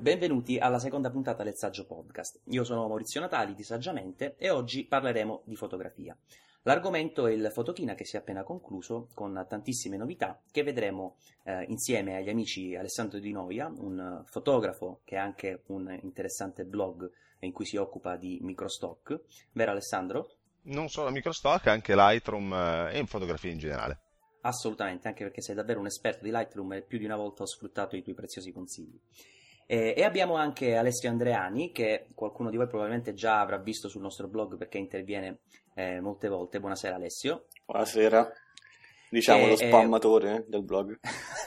Benvenuti alla seconda puntata del Saggio Podcast. Io sono Maurizio Natali di Saggiamente e oggi parleremo di fotografia. L'argomento è il Fotochina che si è appena concluso con tantissime novità che vedremo insieme agli amici Alessandro Di Noia, un fotografo che ha anche un interessante blog in cui si occupa di microstock. Vero Alessandro? Non solo microstock, anche Lightroom e in fotografia in generale. Assolutamente, anche perché sei davvero un esperto di Lightroom e più di una volta ho sfruttato i tuoi preziosi consigli. E abbiamo anche Alessio Andreani, che qualcuno di voi probabilmente già avrà visto sul nostro blog perché interviene molte volte. Buonasera Alessio. Buonasera. Diciamo lo spammatore del blog.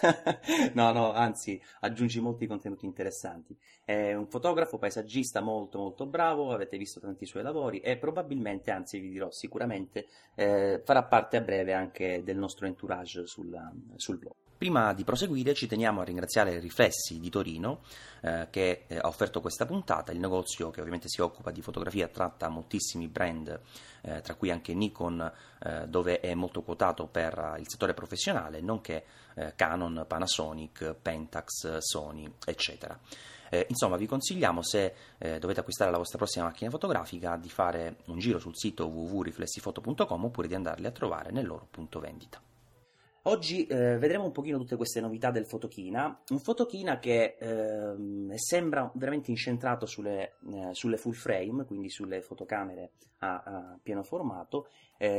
No, anzi, aggiungi molti contenuti interessanti. È un fotografo, paesaggista molto molto bravo, avete visto tanti suoi lavori e probabilmente, anzi vi dirò sicuramente, farà parte a breve anche del nostro entourage sul blog. Prima di proseguire ci teniamo a ringraziare Riflessi di Torino che ha offerto questa puntata, il negozio che ovviamente si occupa di fotografia, tratta moltissimi brand, tra cui anche Nikon, dove è molto quotato per il settore professionale, nonché Canon, Panasonic, Pentax, Sony, eccetera. Insomma, vi consigliamo, se dovete acquistare la vostra prossima macchina fotografica, di fare un giro sul sito www.riflessifoto.com oppure di andarli a trovare nel loro punto vendita. Oggi vedremo un pochino tutte queste novità del Fotochina, un Fotochina che sembra veramente incentrato sulle full frame, quindi sulle fotocamere a pieno formato,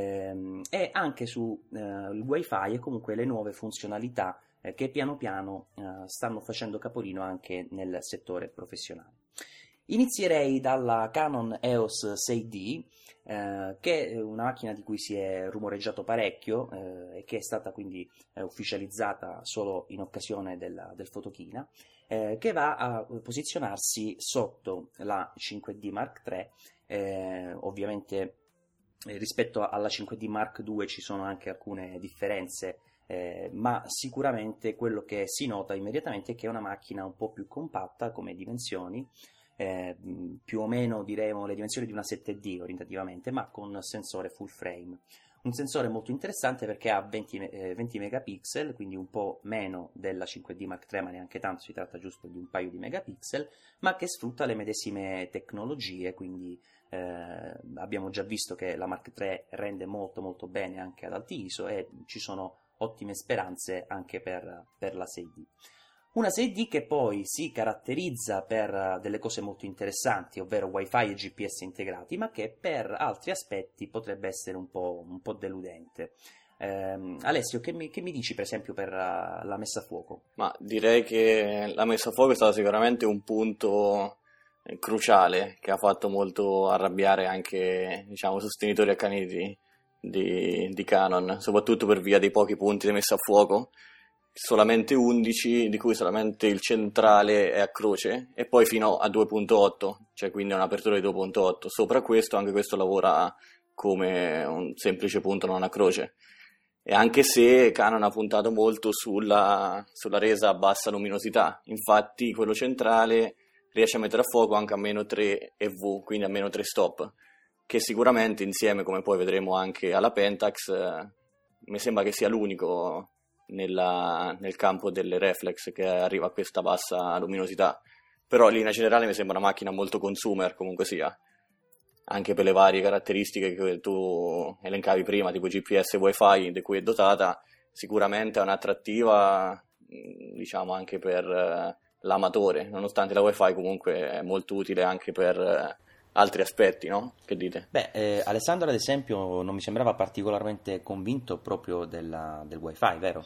e anche su il Wi-Fi e comunque le nuove funzionalità che piano piano stanno facendo capolino anche nel settore professionale. Inizierei dalla Canon EOS 6D, che è una macchina di cui si è rumoreggiato parecchio e che è stata quindi ufficializzata solo in occasione del Fotochina, che va a posizionarsi sotto la 5D Mark III. Ovviamente rispetto alla 5D Mark II ci sono anche alcune differenze, ma sicuramente quello che si nota immediatamente è che è una macchina un po' più compatta come dimensioni, più o meno diremo le dimensioni di una 7D orientativamente, ma con sensore full frame. Un sensore molto interessante perché ha 20 megapixel, quindi un po' meno della 5D Mark III, ma neanche tanto, si tratta giusto di un paio di megapixel, ma che sfrutta le medesime tecnologie, quindi abbiamo già visto che la Mark III rende molto molto bene anche ad alti ISO e ci sono ottime speranze anche per la 6D. Una 6D che poi si caratterizza per delle cose molto interessanti, ovvero Wi-Fi e GPS integrati, ma che per altri aspetti potrebbe essere un po' deludente. Alessio, che mi dici per esempio per la messa a fuoco? Ma direi che la messa a fuoco è stata sicuramente un punto cruciale che ha fatto molto arrabbiare anche, diciamo, sostenitori accaniti di Canon, soprattutto per via dei pochi punti di messa a fuoco. Solamente 11, di cui solamente il centrale è a croce, e poi fino a 2.8, cioè quindi è un'apertura di 2.8. Sopra questo, anche questo lavora come un semplice punto non a croce. E anche se Canon ha puntato molto sulla resa a bassa luminosità, infatti quello centrale riesce a mettere a fuoco anche a meno 3 EV, quindi a meno 3 stop, che sicuramente insieme, come poi vedremo anche alla Pentax, mi sembra che sia l'unico nel campo delle reflex che arriva a questa bassa luminosità. Però in linea generale mi sembra una macchina molto consumer, comunque sia, anche per le varie caratteristiche che tu elencavi prima, tipo GPS e Wi-Fi di cui è dotata. Sicuramente è un'attrattiva, diciamo, anche per l'amatore, nonostante la Wi-Fi comunque è molto utile anche per altri aspetti, no? Che dite? Alessandro ad esempio non mi sembrava particolarmente convinto proprio del Wi-Fi, vero?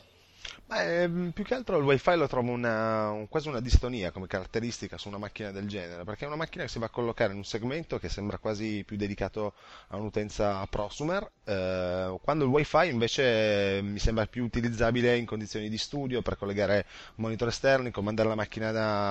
Più che altro il wifi lo trovo quasi una distonia come caratteristica su una macchina del genere, perché è una macchina che si va a collocare in un segmento che sembra quasi più dedicato a un'utenza prosumer, quando il wifi invece mi sembra più utilizzabile in condizioni di studio per collegare monitor esterni, comandare la macchina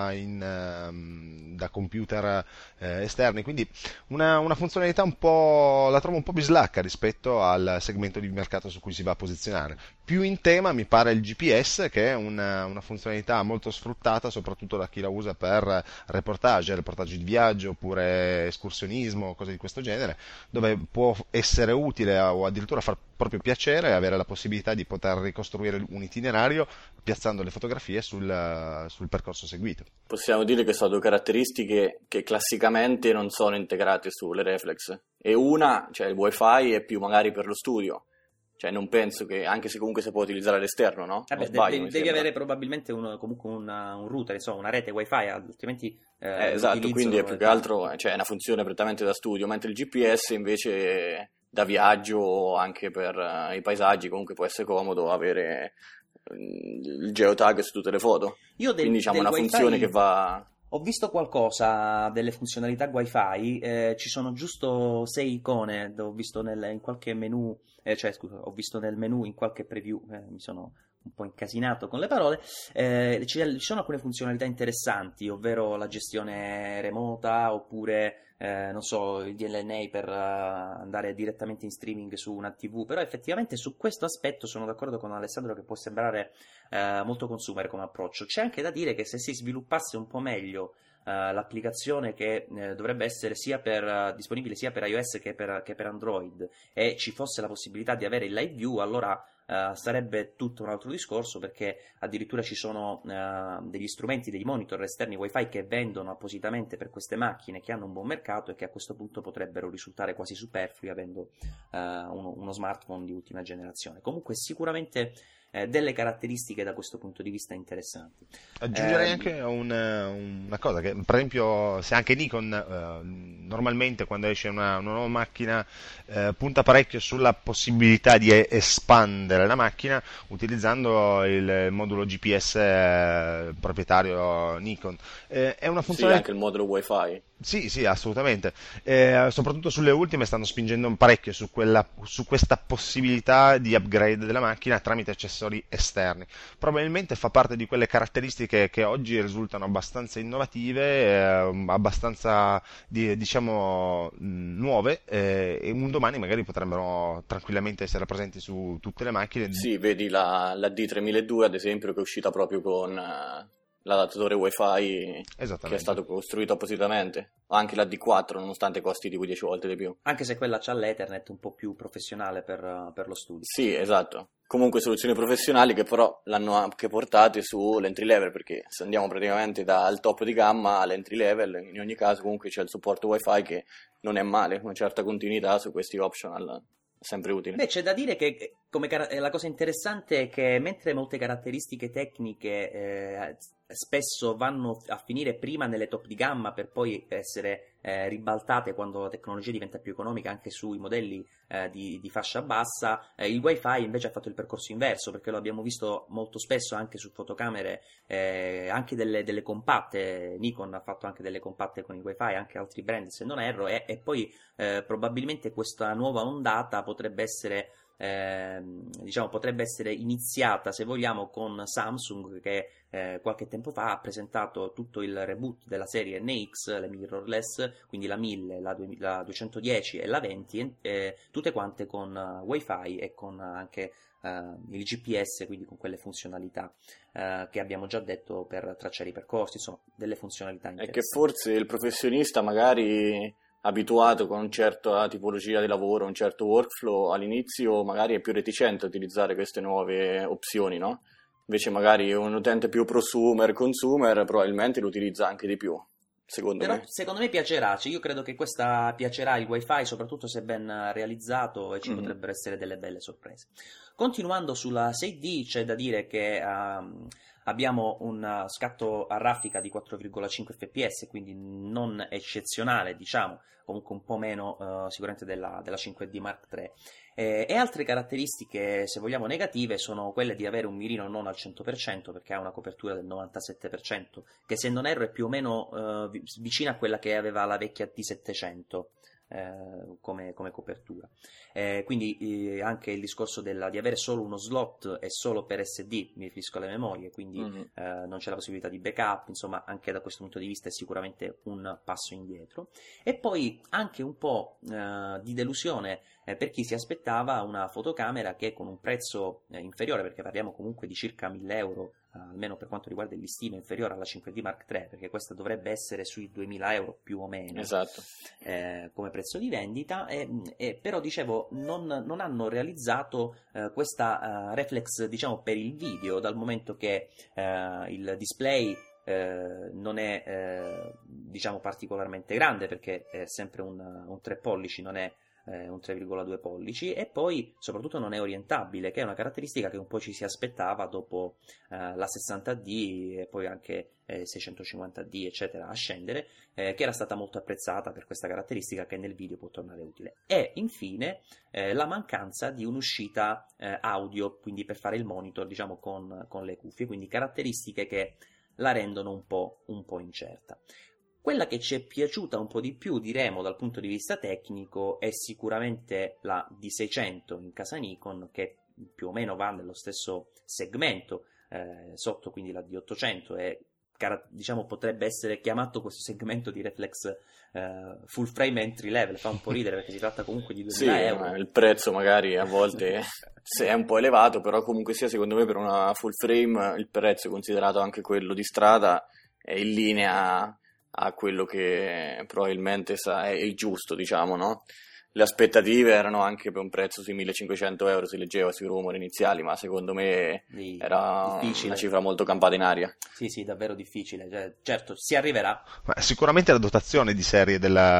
da computer esterni, quindi una funzionalità la trovo un po' bislacca rispetto al segmento di mercato su cui si va a posizionare. Più in tema mi pare il GPS, che è una funzionalità molto sfruttata soprattutto da chi la usa per reportage di viaggio oppure escursionismo, cose di questo genere, dove può essere utile o addirittura far proprio piacere avere la possibilità di poter ricostruire un itinerario piazzando le fotografie sul percorso seguito. Possiamo dire che sono due caratteristiche che classicamente non sono integrate sulle reflex, e una, cioè il wifi, è più magari per lo studio. Cioè non penso che, anche se comunque si può utilizzare all'esterno, no? Vabbè, devi avere probabilmente comunque un router, insomma, una rete wifi, altrimenti esatto, quindi è più che altro, cioè, è una funzione prettamente da studio, mentre il GPS invece da viaggio, anche per i paesaggi, comunque può essere comodo avere il geotag su tutte le foto. Quindi diciamo una funzione che va... Ho visto qualcosa delle funzionalità Wi-Fi, ci sono giusto 6 icone, ho visto in qualche menu, ho visto nel menu in qualche preview, mi sono un po' incasinato con le parole, ci sono alcune funzionalità interessanti, ovvero la gestione remota, oppure non so, il DLNA per andare direttamente in streaming su una TV, però effettivamente su questo aspetto sono d'accordo con Alessandro che può sembrare molto consumer come approccio. C'è anche da dire che se si sviluppasse un po' meglio l'applicazione che dovrebbe essere disponibile sia per iOS che per Android, e ci fosse la possibilità di avere il live view, allora sarebbe tutto un altro discorso, perché addirittura ci sono degli strumenti, dei monitor esterni Wi-Fi che vendono appositamente per queste macchine, che hanno un buon mercato e che a questo punto potrebbero risultare quasi superflui avendo uno smartphone di ultima generazione. Comunque sicuramente delle caratteristiche da questo punto di vista interessanti. Aggiungerei anche una cosa, che per esempio se anche Nikon normalmente quando esce una nuova macchina punta parecchio sulla possibilità di espandere la macchina utilizzando il modulo GPS proprietario Nikon. È una funzione... Sì, anche il modulo Wi-Fi. Sì, assolutamente. Soprattutto sulle ultime stanno spingendo parecchio su questa possibilità di upgrade della macchina tramite accessori esterni. Probabilmente fa parte di quelle caratteristiche che oggi risultano abbastanza innovative, abbastanza diciamo nuove, e un domani magari potrebbero tranquillamente essere presenti su tutte le macchine. Sì, vedi la D3002 ad esempio, che è uscita proprio con l'adattatore Wi-Fi che è stato costruito appositamente, o anche la D4 nonostante costi tipo 10 volte di più, anche se quella c'ha l'Ethernet un po' più professionale per lo studio. Sì, esatto. Comunque soluzioni professionali che però l'hanno anche portate sull'entry level, perché se andiamo praticamente dal top di gamma all'entry level, in ogni caso comunque c'è il supporto Wi-Fi che non è male, una certa continuità su questi optional sempre utile. Beh, c'è da dire che la cosa interessante è che mentre molte caratteristiche tecniche spesso vanno a finire prima nelle top di gamma per poi essere ribaltate quando la tecnologia diventa più economica anche sui modelli di fascia bassa, il Wi-Fi invece ha fatto il percorso inverso, perché lo abbiamo visto molto spesso anche su fotocamere, anche delle compatte. Nikon ha fatto anche delle compatte con il Wi-Fi, anche altri brand se non erro, e poi probabilmente questa nuova ondata potrebbe essere iniziata, se vogliamo, con Samsung, che qualche tempo fa ha presentato tutto il reboot della serie NX, le mirrorless, quindi la 1000, la 210 e la 20, tutte quante con Wi-Fi e con anche il GPS, quindi con quelle funzionalità che abbiamo già detto per tracciare i percorsi, insomma delle funzionalità interessanti. È che forse il professionista magari abituato con una certa tipologia di lavoro, un certo workflow, all'inizio magari è più reticente a utilizzare queste nuove opzioni, no? Invece magari un utente più prosumer, consumer, probabilmente lo utilizza anche di più, secondo me. Secondo me piacerà, io credo che questa piacerà il Wi-Fi, soprattutto se ben realizzato, e ci potrebbero essere delle belle sorprese. Continuando sulla 6D, c'è da dire che abbiamo un scatto a raffica di 4,5 fps, quindi non eccezionale, diciamo, comunque un po' meno sicuramente della 5D Mark III. E altre caratteristiche, se vogliamo, negative sono quelle di avere un mirino non al 100%, perché ha una copertura del 97%, che se non erro è più o meno vicina a quella che aveva la vecchia D700. come copertura. Quindi anche il discorso di avere solo uno slot e solo per SD, mi riferisco alle memorie, quindi non c'è la possibilità di backup, insomma anche da questo punto di vista è sicuramente un passo indietro. E poi anche un po' di delusione per chi si aspettava una fotocamera che con un prezzo inferiore, perché parliamo comunque di circa 1.000 euro, almeno per quanto riguarda il listino, inferiore alla 5D Mark III, perché questa dovrebbe essere sui 2.000 euro più o meno, esatto, come prezzo di vendita, però dicevo non hanno realizzato questa reflex, diciamo, per il video, dal momento che il display non è diciamo particolarmente grande, perché è sempre un 3 pollici, non è un 3,2 pollici, e poi soprattutto non è orientabile, che è una caratteristica che un po' ci si aspettava dopo la 60D e poi anche 650D eccetera a scendere, che era stata molto apprezzata per questa caratteristica che nel video può tornare utile. E infine la mancanza di un'uscita audio, quindi per fare il monitor, diciamo, con le cuffie, quindi caratteristiche che la rendono un po' incerta. Quella che ci è piaciuta un po' di più, diremo, dal punto di vista tecnico, è sicuramente la D600 in casa Nikon, che più o meno va nello stesso segmento, sotto quindi la D800, e diciamo potrebbe essere chiamato questo segmento di reflex full frame entry level. Fa un po' ridere perché si tratta comunque di 2.000 euro. Il prezzo magari a volte è un po' elevato, però comunque sia, secondo me per una full frame il prezzo, considerato anche quello di strada, è in linea a quello che probabilmente è il giusto, diciamo, no? Le aspettative erano anche per un prezzo sui 1.500 euro, si leggeva sui rumori iniziali, ma secondo me era difficile. Una cifra molto campata in aria. Sì, davvero difficile. Certo, si arriverà. Ma sicuramente la dotazione di serie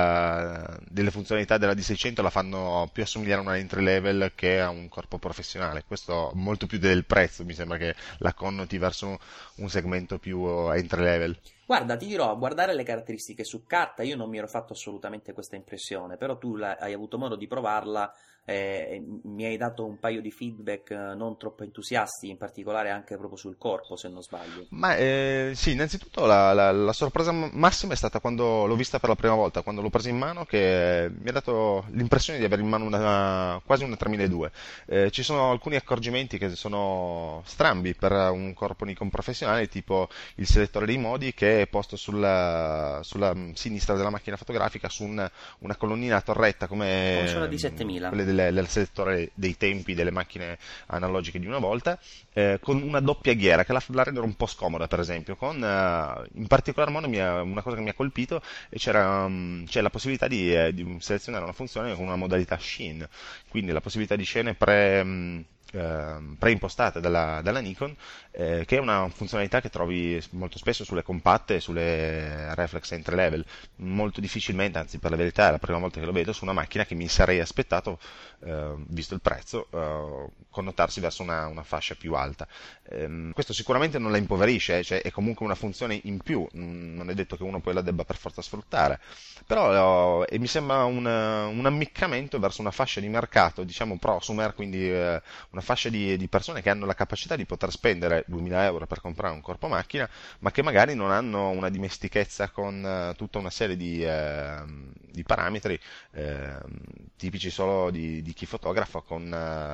delle funzionalità della D600 la fanno più assomigliare a una entry level che a un corpo professionale. Questo molto più del prezzo, mi sembra che la connoti verso un segmento più entry level. Guarda, ti dirò, a guardare le caratteristiche su carta io non mi ero fatto assolutamente questa impressione, però tu hai avuto modo di provarla e mi hai dato un paio di feedback non troppo entusiasti, in particolare anche proprio sul corpo, se non sbaglio. Ma sì, innanzitutto la sorpresa massima è stata quando l'ho vista per la prima volta, quando l'ho presa in mano, che mi ha dato l'impressione di avere in mano quasi una 3002. Ci sono alcuni accorgimenti che sono strambi per un corpo Nikon professionale, tipo il selettore dei modi che è posto sulla sinistra della macchina fotografica su una colonnina a torretta come sulla D7000, quelle del selettore dei tempi delle macchine analogiche di una volta, con una doppia ghiera che la rendono un po' scomoda, per esempio. In particolar modo una cosa che mi ha colpito c'è la possibilità di selezionare una funzione con una modalità Sheen, quindi la possibilità di scene preimpostate dalla Nikon, che è una funzionalità che trovi molto spesso sulle compatte e sulle reflex entry level. Molto difficilmente, anzi per la verità è la prima volta che lo vedo su una macchina che mi sarei aspettato, visto il prezzo, connotarsi verso una fascia più alta. Questo sicuramente non la impoverisce, cioè è comunque una funzione in più, non è detto che uno poi la debba per forza sfruttare, però mi sembra un ammiccamento verso una fascia di mercato, diciamo prosumer, quindi una fascia di persone che hanno la capacità di poter spendere 2.000 euro per comprare un corpo macchina, ma che magari non hanno una dimestichezza con tutta una serie di parametri tipici solo di chi fotografa, con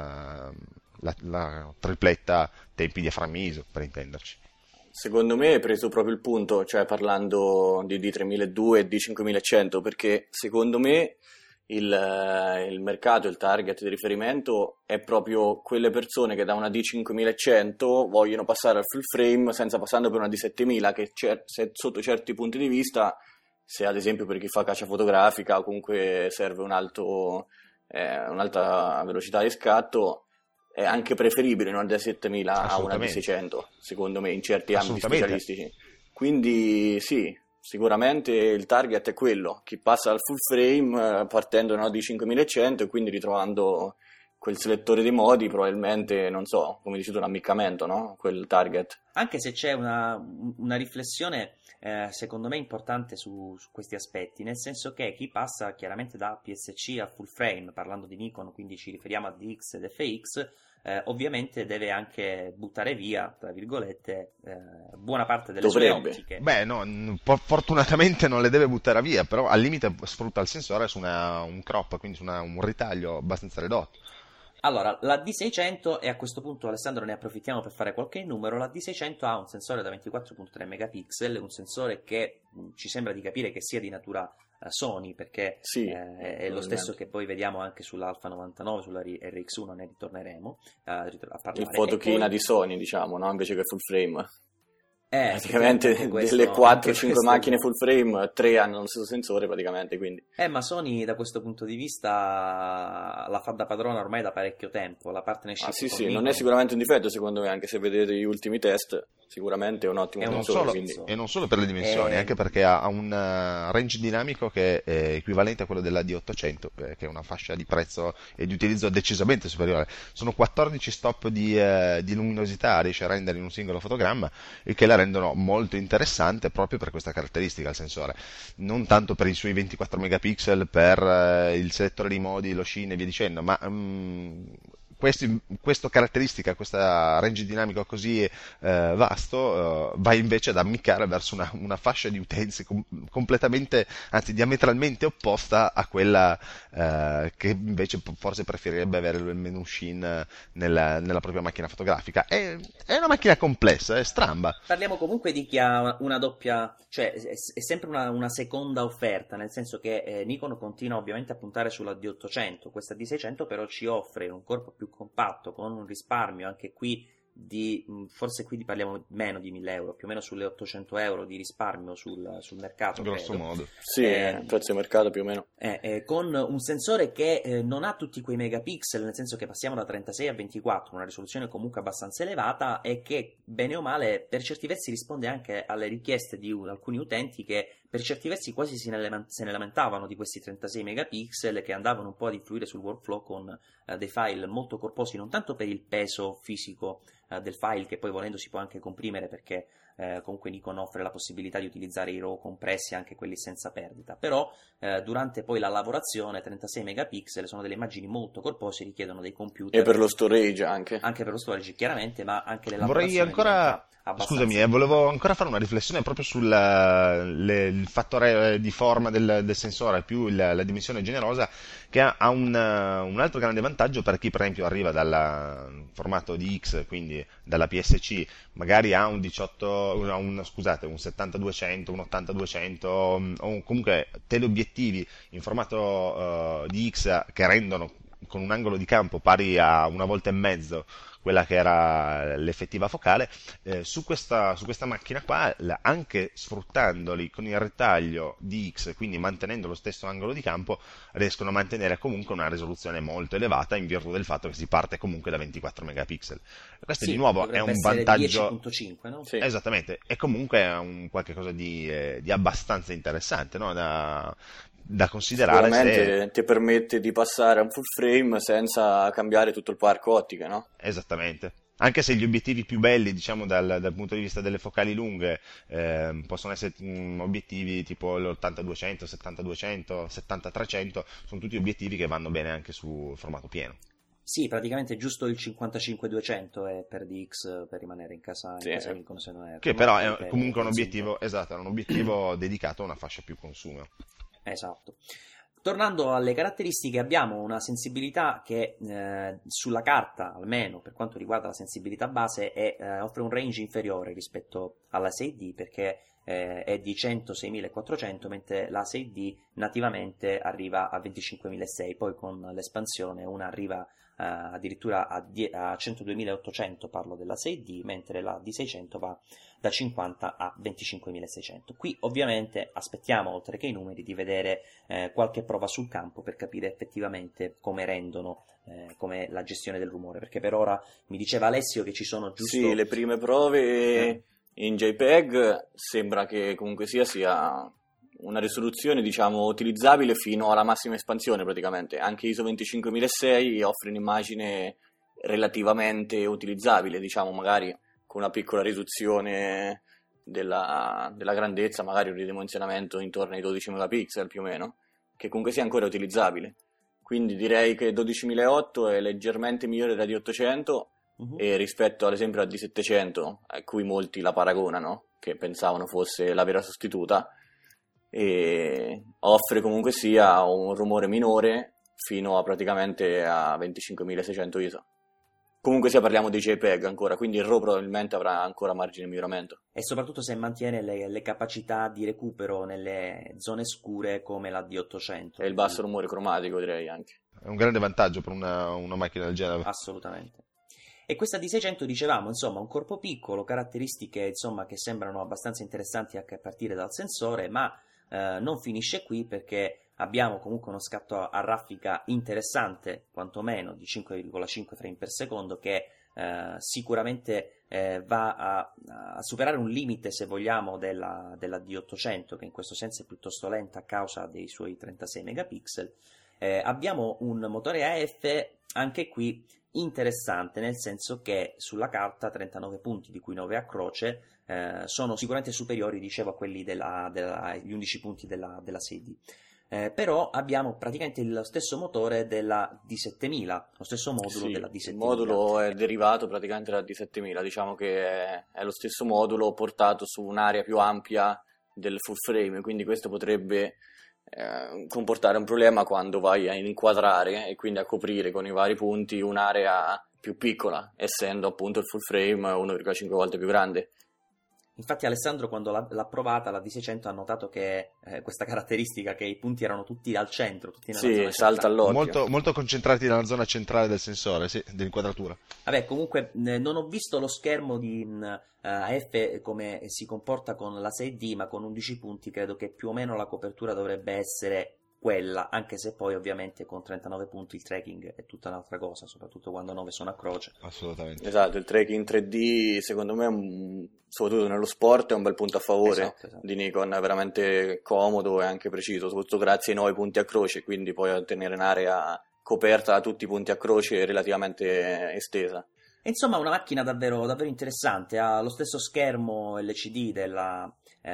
la tripletta tempi diaframmi ISO, per intenderci. Secondo me hai preso proprio il punto, cioè parlando di D3200 e D5100, perché secondo me il mercato, il target di riferimento è proprio quelle persone che da una D5100 vogliono passare al full frame senza passando per una D7000, che sotto certi punti di vista, se ad esempio per chi fa caccia fotografica o comunque serve un'alta velocità di scatto, è anche preferibile una D7000 a una D600, secondo me, in certi ambiti specialistici. Quindi sì, sicuramente il target è quello, chi passa al full frame partendo da una D5100 e quindi ritrovando quel selettore di modi, probabilmente, non so, come dici tu, un ammiccamento, no? Quel target. Anche se c'è una riflessione secondo me importante su questi aspetti, nel senso che chi passa chiaramente da PSC a full frame, parlando di Nikon, quindi ci riferiamo a DX ed FX, ovviamente deve anche buttare via, tra virgolette, buona parte delle sue Dovrebbe. ottiche. Beh, no, fortunatamente non le deve buttare via, però al limite sfrutta il sensore su un crop, quindi su un ritaglio abbastanza ridotto. Allora, la D600, e a questo punto Alessandro ne approfittiamo per fare qualche numero, la D600 ha un sensore da 24.3 megapixel, un sensore che ci sembra di capire che sia di natura Sony, perché Sì, è lo stesso che poi vediamo anche sull'Alpha 99, sulla RX1, ne ritorneremo a parlare. il fotochina poi, di Sony, diciamo, no? Invece che full frame. effettivamente Praticamente anche questo- delle anche 4-5 questo- macchine full frame, 3 hanno lo stesso sensore praticamente, quindi Ma Sony da questo punto di vista la fa da padrona ormai da parecchio tempo, la partnership sì con sì, non Nikon è sicuramente un difetto secondo me, anche se vedete gli ultimi test, sicuramente è un ottimo È un sensore, ottimo quindi E non solo per le dimensioni, anche perché ha un range dinamico che è equivalente a quello della D800, che è una fascia di prezzo e di utilizzo decisamente superiore. Sono 14 stop di luminosità, riesce a rendere in un singolo fotogramma, il che la rendono molto interessante proprio per questa caratteristica il sensore. Non tanto per i suoi 24 megapixel, per il selettore di modi, lo scene e via dicendo, ma questa caratteristica, questa range dinamico così vasto, va invece ad ammiccare verso una fascia di utenze completamente, anzi diametralmente opposta a quella che invece forse preferirebbe avere il menu scene nella propria macchina fotografica. È una macchina complessa, è stramba. Parliamo comunque di chi ha una doppia, cioè è sempre una seconda offerta, nel senso che Nikon continua ovviamente a puntare sulla D800, questa D600 però ci offre un corpo più compatto, con un risparmio anche qui forse qui parliamo meno di 1000 euro, più o meno sulle 800 euro di risparmio sul mercato, Grosso credo. modo. sì, prezzo di mercato più o meno. Con un sensore che non ha tutti quei megapixel, nel senso che passiamo da 36 a 24, una risoluzione comunque abbastanza elevata e che bene o male per certi versi risponde anche alle richieste di alcuni utenti che per certi versi quasi se ne lamentavano di questi 36 megapixel che andavano un po' ad influire sul workflow con dei file molto corposi, non tanto per il peso fisico del file, che poi volendo si può anche comprimere perché comunque Nikon offre la possibilità di utilizzare i RAW compressi, anche quelli senza perdita, però durante poi la lavorazione 36 megapixel sono delle immagini molto corpose, richiedono dei computer E per lo storage anche. per lo storage chiaramente, ma anche Vorrei l'elaborazione ancora, diventa abbastanza scusami, volevo ancora fare una riflessione proprio sul il fattore di forma del sensore più la dimensione generosa, che ha un altro grande vantaggio per chi per esempio arriva dal formato di X, quindi dalla PSC, magari ha un 18, scusate, un 70-200, un 80-200 o comunque teleobiettivi in formato di X che rendono con un angolo di campo pari a una volta e mezzo quella che era l'effettiva focale. Su questa macchina qua, anche sfruttandoli con il ritaglio di X, quindi mantenendo lo stesso angolo di campo, riescono a mantenere comunque una risoluzione molto elevata in virtù del fatto che si parte comunque da 24 megapixel. Questo sì, di nuovo è dovrebbe un essere vantaggio 10.5, no? Sì. esattamente, è comunque un qualche cosa di abbastanza interessante, no? Da considerare Sicuramente ti permette di passare a un full frame senza cambiare tutto il parco ottiche, no? Esattamente. Anche se gli obiettivi più belli, diciamo, dal punto di vista delle focali lunghe, possono essere obiettivi tipo l'80-200, 70-200, 70-300, sono tutti obiettivi che vanno bene anche su formato pieno. Sì, praticamente giusto il 55-200 è per DX, per rimanere in casa Sì. Nikon, se non erro, Che no? però Per è comunque un consiglio. obiettivo, esatto, è un obiettivo dedicato a una fascia più consumo. Esatto. Tornando alle caratteristiche, abbiamo una sensibilità che sulla carta, almeno per quanto riguarda la sensibilità base, offre un range inferiore rispetto alla 6D, perché è di 106.400, mentre la 6D nativamente arriva a 25.600, poi con l'espansione una arriva addirittura a 102.800, parlo della 6D, mentre la D600 va da 50 a 25.600. Qui ovviamente aspettiamo, oltre che i numeri, di vedere qualche prova sul campo per capire effettivamente come rendono, come la gestione del rumore, perché per ora mi diceva Alessio che ci sono giusto... Sì, le prime prove in JPEG sembra che comunque sia una risoluzione, diciamo, utilizzabile fino alla massima espansione praticamente. Anche ISO 25006 offre un'immagine relativamente utilizzabile, diciamo, magari con una piccola riduzione della grandezza, magari un ridimensionamento intorno ai 12 megapixel più o meno, che comunque sia ancora utilizzabile. quindi direi che 12.008 è leggermente migliore della D800 e rispetto ad esempio alla D700, a cui molti la paragonano, che pensavano fosse la vera sostituta, e offre comunque sia un rumore minore fino a praticamente a 25.600 ISO. Comunque sia parliamo di JPEG ancora, quindi il RAW probabilmente avrà ancora margine di miglioramento. E soprattutto se mantiene le capacità di recupero nelle zone scure come la D800. E il basso rumore cromatico direi anche. È un grande vantaggio per una macchina del genere. Assolutamente. E questa D600 dicevamo, insomma, un corpo piccolo, caratteristiche insomma che sembrano abbastanza interessanti anche a partire dal sensore, ma non finisce qui perché abbiamo comunque uno scatto a raffica interessante, quantomeno di 5,5 frame per secondo, che sicuramente va a superare un limite, se vogliamo, della D800, che in questo senso è piuttosto lenta a causa dei suoi 36 megapixel. Abbiamo un motore AF, anche qui interessante, nel senso che sulla carta 39 punti, di cui 9 a croce, sono sicuramente superiori, dicevo, a quelli gli 11 punti della 6D. Però abbiamo praticamente lo stesso motore della D7000, lo stesso modulo della D7000. Il modulo è derivato praticamente dalla D7000, diciamo che è lo stesso modulo portato su un'area più ampia del full frame, quindi questo potrebbe comportare un problema quando vai a inquadrare e quindi a coprire con i vari punti un'area più piccola, essendo appunto il full frame 1,5 volte più grande. Infatti Alessandro, quando l'ha provata la D600, ha notato che questa caratteristica, che i punti erano tutti al centro, tutti nella zona salta all'occhio. Molto concentrati nella zona centrale del sensore, dell'inquadratura. Vabbè, comunque non ho visto lo schermo di AF come si comporta con la 6D, ma con 11 punti credo che più o meno la copertura dovrebbe essere quella, anche se poi ovviamente con 39 punti il tracking è tutta un'altra cosa, soprattutto quando 9 sono a croce. Assolutamente. Esatto, il tracking 3D secondo me, soprattutto nello sport, è un bel punto a favore. Esatto. Di Nikon, è veramente comodo e anche preciso, soprattutto grazie ai 9 punti a croce, quindi puoi ottenere un'area coperta da tutti i punti a croce relativamente estesa. Insomma, una macchina davvero, davvero interessante, ha lo stesso schermo LCD della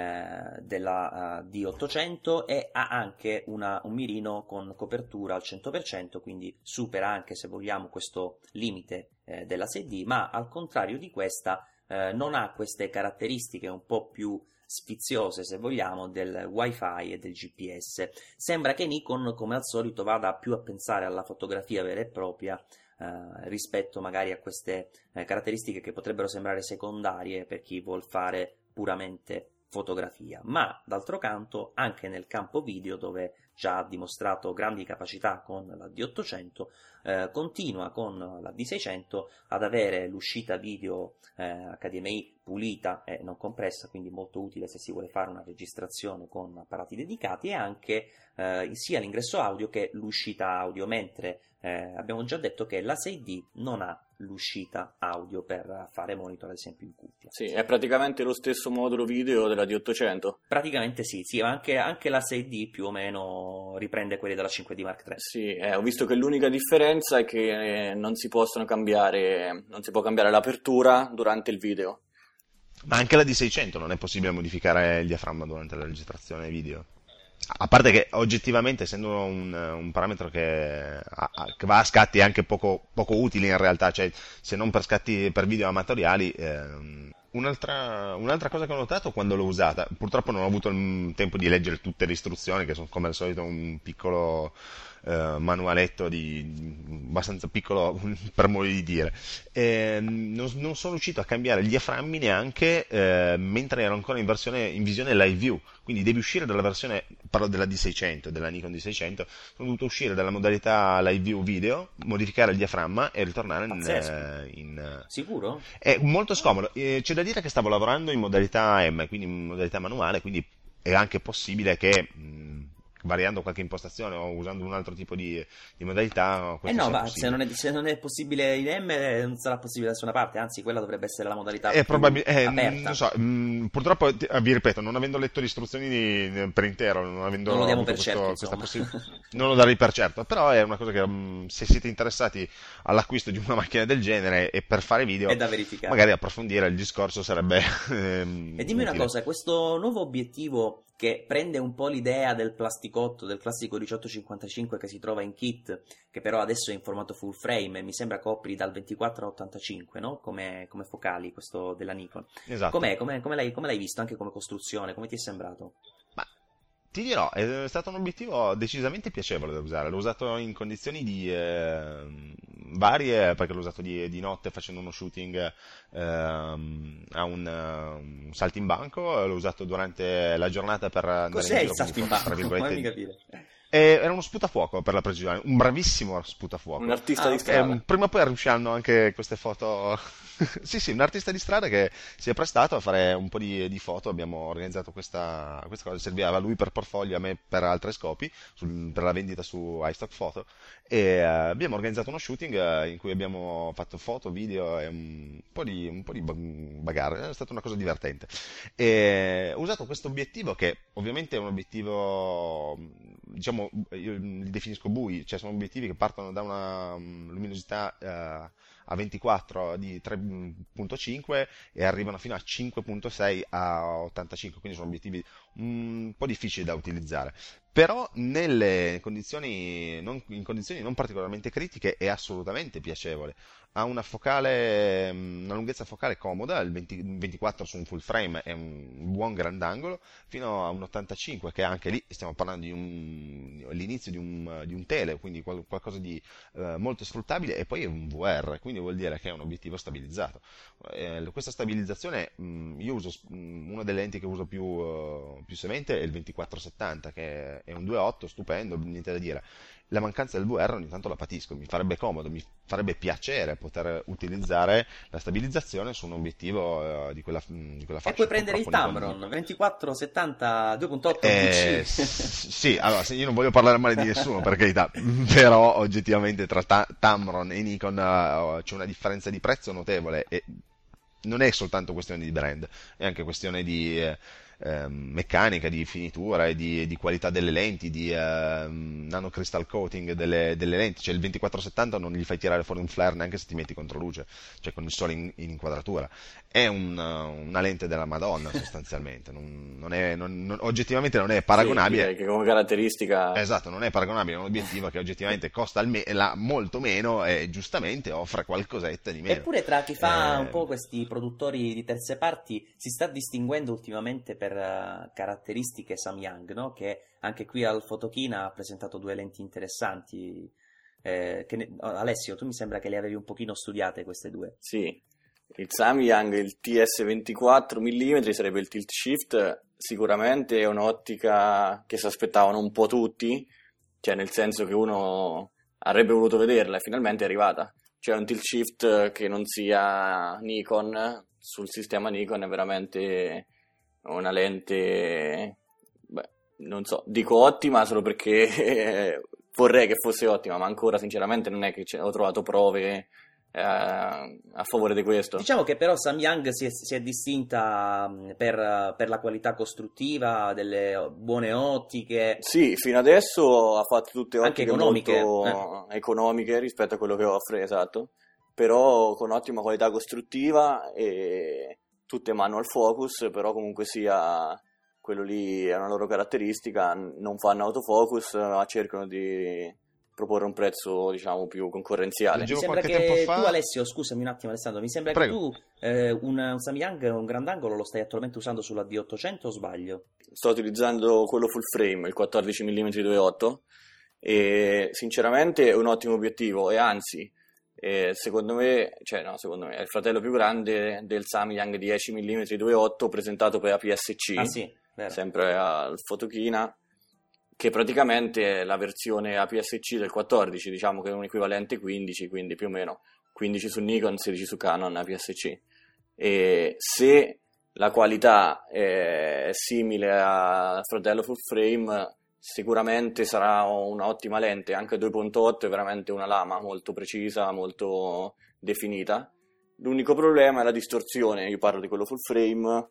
D800 e ha anche un mirino con copertura al 100%, quindi supera anche, se vogliamo, questo limite della 6D, ma al contrario di questa non ha queste caratteristiche un po' più sfiziose, se vogliamo, del wifi e del GPS. Sembra che Nikon, come al solito, vada più a pensare alla fotografia vera e propria rispetto magari a queste caratteristiche che potrebbero sembrare secondarie per chi vuol fare puramente fotografia, ma d'altro canto anche nel campo video, dove già ha dimostrato grandi capacità con la D800, continua con la D600 ad avere l'uscita video HDMI pulita e non compressa, quindi molto utile se si vuole fare una registrazione con apparati dedicati, e anche sia l'ingresso audio che l'uscita audio, mentre abbiamo già detto che la 6D non ha l'uscita audio per fare monitor, ad esempio, in cuffia. Sì, è praticamente lo stesso modulo video della D800. Praticamente sì, anche la 6D più o meno riprende quelli della 5D Mark III. Sì, ho visto che l'unica differenza è che non si può cambiare l'apertura durante il video. Ma anche la D600 non è possibile modificare il diaframma durante la registrazione video. A parte che oggettivamente, essendo un parametro che va a scatti anche poco utili in realtà, cioè se non per scatti per video amatoriali. Un'altra cosa che ho notato quando l'ho usata, purtroppo non ho avuto il tempo di leggere tutte le istruzioni, che sono come al solito un piccolo manualetto abbastanza piccolo per modo di dire. Non sono riuscito a cambiare il diaframmi neanche mentre ero ancora in visione live view, quindi devi uscire dalla versione, parlo della D600, della Nikon D600, sono dovuto uscire dalla modalità live view video, modificare il diaframma e ritornare in Sicuro? È molto scomodo. C'è da dire che stavo lavorando in modalità M, quindi in modalità manuale, quindi è anche possibile che variando qualche impostazione o usando un altro tipo di modalità. Ma se non è possibile in M non sarà possibile da nessuna parte, anzi quella dovrebbe essere la modalità aperta. Non so, purtroppo vi ripeto, non avendo letto le istruzioni per intero, non avendo non lo diamo avuto per certo, questa possibilità. Non lo darei per certo, però è una cosa che se siete interessati all'acquisto di una macchina del genere e per fare È video, da verificare. magari approfondire il discorso sarebbe E dimmi una utile. cosa, questo nuovo obiettivo che prende un po' l'idea del plasticotto, del classico 1855 che si trova in kit, che però adesso è in formato full frame e mi sembra copri dal 24 all'85, no? Come focali, questo della Nikon. Esatto. Come l'hai visto anche come costruzione? Come ti è sembrato? Ma ti dirò, è stato un obiettivo decisamente piacevole da usare. L'ho usato in condizioni varie, perché l'ho usato di notte facendo uno shooting a un saltimbanco, l'ho usato durante la giornata per andare in Cos'è il giro, quindi tra saltimbanco? Fammi virgolette. capire. Era uno sputafuoco per la precisione, un bravissimo Un sputafuoco. artista di Ok. strada. Prima o poi riusciranno anche queste foto. Sì, sì, un artista di strada che si è prestato a fare un po' di foto. Abbiamo organizzato questa cosa. Serviva a lui per portfolio, a me per altri scopi, per la vendita su iStock Photo. E abbiamo organizzato uno shooting in cui abbiamo fatto foto, video e un po' di bagarre. È stata una cosa divertente. E ho usato questo obiettivo che ovviamente è un obiettivo, diciamo, io li definisco bui, cioè sono obiettivi che partono da una luminosità a 24 di 3.5 e arrivano fino a 5.6 a 85, quindi sono obiettivi un po' difficili da utilizzare. Però in condizioni non particolarmente critiche è assolutamente piacevole. Ha una lunghezza focale comoda, il 24 su un full frame è un buon grandangolo, fino a un 85, che anche lì stiamo parlando di l'inizio di un tele, quindi qualcosa di molto sfruttabile, e poi è un VR, quindi vuol dire che è un obiettivo stabilizzato. Questa stabilizzazione, io uso una delle lenti che uso più sovente è il 24-70, che è un 2.8 stupendo, niente da dire. La mancanza del VR ogni tanto la patisco, mi farebbe comodo, mi farebbe piacere poter utilizzare la stabilizzazione su un obiettivo di quella E fascia. puoi prendere il Purtroppo Nikon Tamron 2470 2.8 sì, VC. allora, io non voglio parlare male di nessuno, per carità, però oggettivamente tra Tamron e Nikon c'è una differenza di prezzo notevole, e non è soltanto questione di brand, è anche questione di meccanica, di finitura e di qualità delle lenti, di nano crystal coating delle lenti. Cioè il 2470 non gli fai tirare fuori un flare neanche se ti metti controluce, cioè con il sole in inquadratura. È una lente della Madonna sostanzialmente, oggettivamente non è Sì, paragonabile. direi che come caratteristica Esatto, non è paragonabile a un obiettivo che oggettivamente costa molto meno e giustamente offre qualcosetta di meno. Eppure tra chi fa un Eh, po' questi produttori di terze parti si sta distinguendo ultimamente per caratteristiche Samyang, no? Che anche qui al Photokina ha presentato due lenti interessanti. Alessio, tu mi sembra che le avevi un pochino studiate queste due. sì, il Samyang, il TS 24 mm sarebbe il tilt shift, sicuramente è un'ottica che si aspettavano un po' tutti, cioè nel senso che uno avrebbe voluto vederla e finalmente è arrivata. Cioè un tilt shift che non sia Nikon, sul sistema Nikon è veramente una lente, beh, non so, dico ottima solo perché vorrei che fosse ottima, ma ancora sinceramente non è che ho trovato prove a favore di questo. Diciamo che però Samyang si è distinta per la qualità costruttiva, delle buone ottiche, Sì, fino adesso ha fatto tutte anche ottiche economiche. molto economiche rispetto a quello che offre, esatto, però con ottima qualità costruttiva e tutte manual focus, però comunque sia quello lì è una loro caratteristica, non fanno autofocus, ma cercano di proporre un prezzo, diciamo, più concorrenziale. Mi Leggevo sembra qualche che tempo fa. tu, Alessio, scusami un attimo, Alessandro, mi sembra che Prego. tu un Samyang, un grandangolo, lo stai attualmente usando sulla D800 o sbaglio? Sto utilizzando quello full frame, il 14 mm 2.8, e sinceramente è un ottimo obiettivo e anzi, secondo me, è il fratello più grande del Samyang 10 mm 2.8 presentato per APS-C, Ah sì, vero. sempre al Photokina, che praticamente è la versione APS-C del 14, diciamo che è un equivalente 15, quindi più o meno 15 su Nikon, 16 su Canon APS-C. E se la qualità è simile al fratello full frame, sicuramente sarà un'ottima lente, anche 2.8 è veramente una lama molto precisa, molto definita. L'unico problema è la distorsione, io parlo di quello full frame,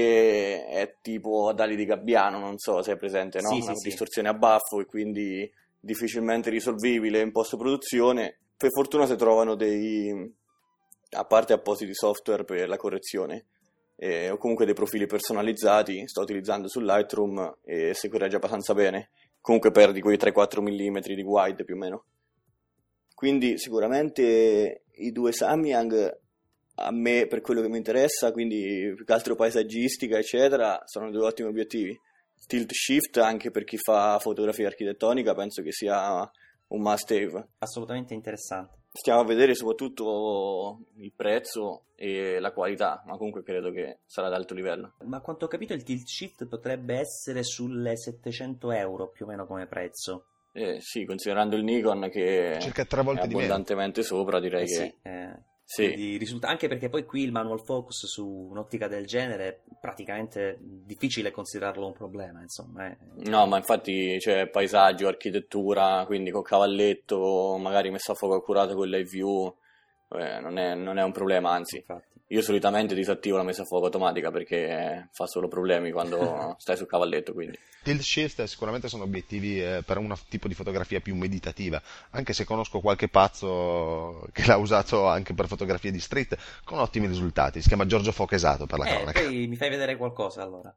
che è tipo ad ali di gabbiano, non so se è presente, no? Sì, Una sì, sì. distorsione a baffo e quindi difficilmente risolvibile in post-produzione. Per fortuna si trovano a parte appositi software per la correzione, o comunque dei profili personalizzati, sto utilizzando su Lightroom e si corregge abbastanza bene. Comunque perdi quei 3-4 mm di wide più o meno. Quindi sicuramente i due Samyang, a me per quello che mi interessa, quindi più che altro paesaggistica eccetera, sono due ottimi obiettivi. Tilt Shift anche per chi fa fotografia architettonica penso che sia un must have. Assolutamente interessante. Stiamo a vedere soprattutto il prezzo e la qualità, ma comunque credo che sarà ad alto livello. Ma a quanto ho capito il Tilt Shift potrebbe essere sulle 700 euro più o meno come prezzo. Sì, considerando il Nikon che circa 3 volte è di meno. abbondantemente sopra, direi che... Sì. Quindi risulta, anche perché poi qui il manual focus su un'ottica del genere è praticamente difficile considerarlo un problema, insomma. No, ma infatti c'è paesaggio, architettura, quindi col cavalletto, magari messo a fuoco accurato con live view, non è un problema, anzi. Infatti. Io solitamente disattivo la messa a fuoco automatica perché fa solo problemi quando stai sul cavalletto, quindi. Tilt Shift sicuramente sono obiettivi per un tipo di fotografia più meditativa, anche se conosco qualche pazzo che l'ha usato anche per fotografie di street con ottimi risultati. Si chiama Giorgio Fochesato, per la cronaca. Poi mi fai vedere qualcosa allora.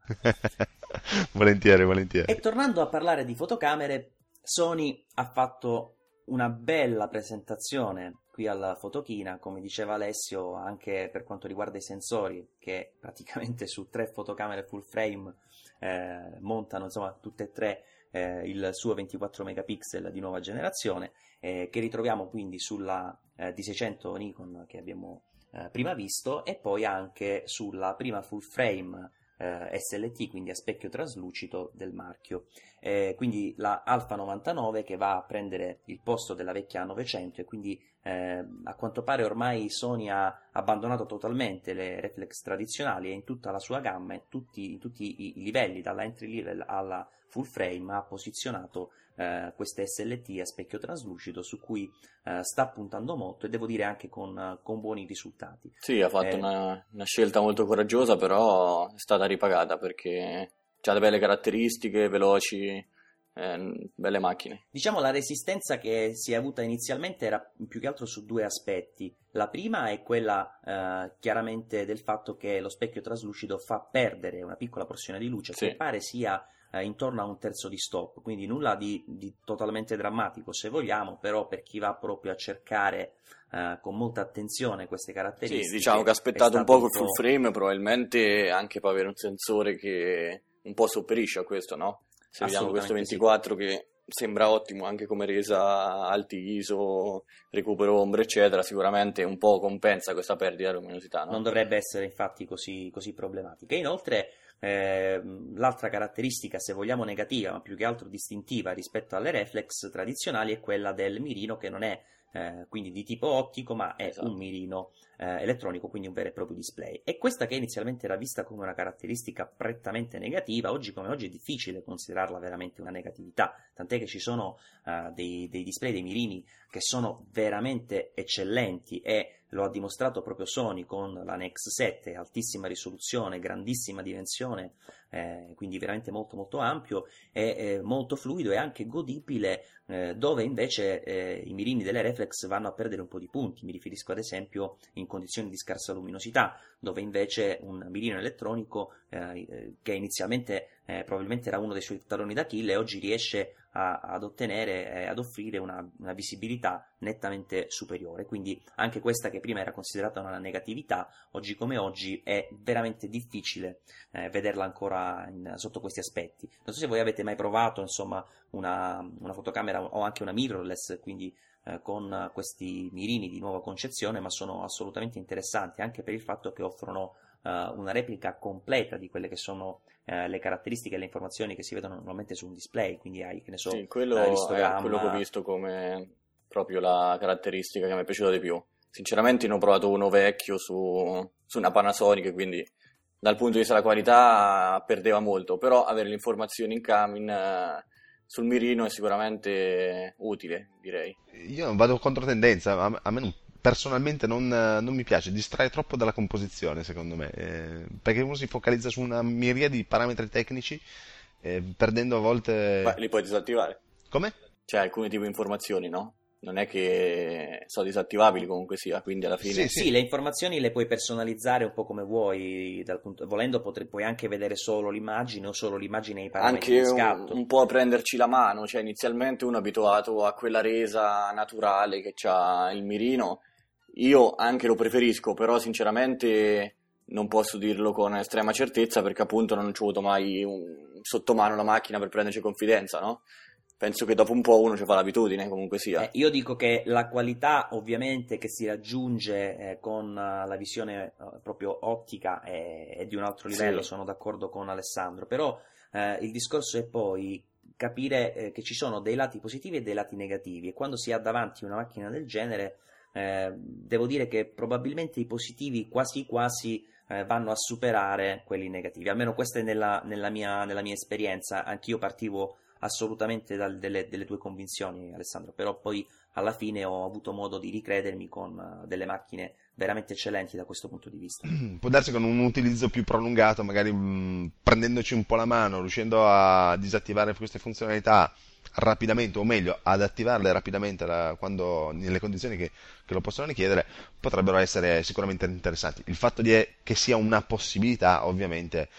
Volentieri. E tornando a parlare di fotocamere, Sony ha fatto una bella presentazione qui alla Fotochina, come diceva Alessio, anche per quanto riguarda i sensori, che praticamente su 3 fotocamere full frame montano, insomma, tutte e 3 il suo 24 megapixel di nuova generazione, che ritroviamo quindi sulla D600 Nikon che abbiamo prima visto, e poi anche sulla prima full frame SLT, quindi a specchio traslucido del marchio, quindi la Alpha 99 che va a prendere il posto della vecchia 900, e quindi a quanto pare ormai Sony ha abbandonato totalmente le reflex tradizionali e in tutta la sua gamma, in tutti i livelli, dalla entry level alla full frame, ha posizionato queste SLT a specchio traslucido su cui sta puntando molto, e devo dire anche con buoni risultati. Sì, ha fatto una scelta molto coraggiosa, però è stata ripagata perché ha delle belle caratteristiche, veloci, belle macchine. Diciamo, la resistenza che si è avuta inizialmente era più che altro su 2 aspetti. La prima è quella chiaramente del fatto che lo specchio traslucido fa perdere una piccola porzione di luce, sì, che pare sia intorno a 1/3 di stop, quindi nulla di totalmente drammatico se vogliamo, però per chi va proprio a cercare con molta attenzione queste caratteristiche. Sì, diciamo che ha aspettato un po' col full frame, probabilmente anche per avere un sensore che un po' sopperisce a questo, no? Se vediamo questo 24 sì, che sembra ottimo anche come resa, alti ISO, recupero ombre eccetera, sicuramente un po' compensa questa perdita di luminosità, no? Non dovrebbe essere infatti così problematica. Inoltre l'altra caratteristica, se vogliamo negativa, ma più che altro distintiva rispetto alle reflex tradizionali, è quella del mirino, che non è quindi di tipo ottico, ma è un mirino elettronico, quindi un vero e proprio display. E questa, che inizialmente era vista come una caratteristica prettamente negativa, oggi come oggi è difficile considerarla veramente una negatività, tant'è che ci sono dei display, dei mirini che sono veramente eccellenti, e lo ha dimostrato proprio Sony con la Nex 7, altissima risoluzione, grandissima dimensione, quindi veramente molto molto ampio e molto fluido e anche godibile, dove invece i mirini delle reflex vanno a perdere un po' di punti. Mi riferisco ad esempio in condizioni di scarsa luminosità, dove invece un mirino elettronico che inizialmente probabilmente era uno dei suoi talloni d'Achille, oggi riesce ad ottenere e ad offrire una visibilità nettamente superiore. Quindi anche questa, che prima era considerata una negatività, oggi come oggi è veramente difficile vederla ancora sotto questi aspetti. Non so se voi avete mai provato, insomma, una fotocamera o anche una mirrorless, quindi con questi mirini di nuova concezione, ma sono assolutamente interessanti anche per il fatto che offrono una replica completa di quelle che sono le caratteristiche e le informazioni che si vedono normalmente su un display, quindi hai, che ne so, sì, quello è quello che ho visto come proprio la caratteristica che mi è piaciuta di più. Sinceramente ne ho provato uno vecchio su una Panasonic, quindi dal punto di vista della qualità perdeva molto, però avere le informazioni in Camin sul mirino è sicuramente utile, direi. Io vado contro tendenza, a me personalmente non mi piace, distrae troppo dalla composizione, secondo me, perché uno si focalizza su una miriade di parametri tecnici, perdendo a volte... Ma li puoi disattivare? Come? c'è alcune tipo di informazioni, no? Non è che sono disattivabili comunque sia, quindi alla fine... Sì, le informazioni le puoi personalizzare un po' come vuoi, volendo puoi anche vedere solo l'immagine o solo l'immagine e i parametri Anche di scatto. un po' a prenderci la mano, cioè inizialmente uno è abituato a quella resa naturale che c'ha il mirino, io anche lo preferisco, però sinceramente non posso dirlo con estrema certezza perché appunto non ci ho avuto mai sotto mano la macchina per prenderci confidenza, no? Penso che dopo un po' uno ci fa l'abitudine, comunque sia. Io dico che la qualità ovviamente che si raggiunge con la visione proprio ottica è di un altro livello, Sì. sono d'accordo con Alessandro, però il discorso è poi capire che ci sono dei lati positivi e dei lati negativi, e quando si ha davanti una macchina del genere devo dire che probabilmente i positivi quasi quasi vanno a superare quelli negativi, almeno questa è nella mia esperienza. Anch'io partivo assolutamente delle tue convinzioni, Alessandro, però poi alla fine ho avuto modo di ricredermi con delle macchine veramente eccellenti da questo punto di vista. Può darsi con un utilizzo più prolungato, magari prendendoci un po' la mano, riuscendo a disattivare queste funzionalità rapidamente, o meglio, ad attivarle rapidamente quando, nelle condizioni che lo possono richiedere, potrebbero essere sicuramente interessanti. Il fatto che sia una possibilità, ovviamente,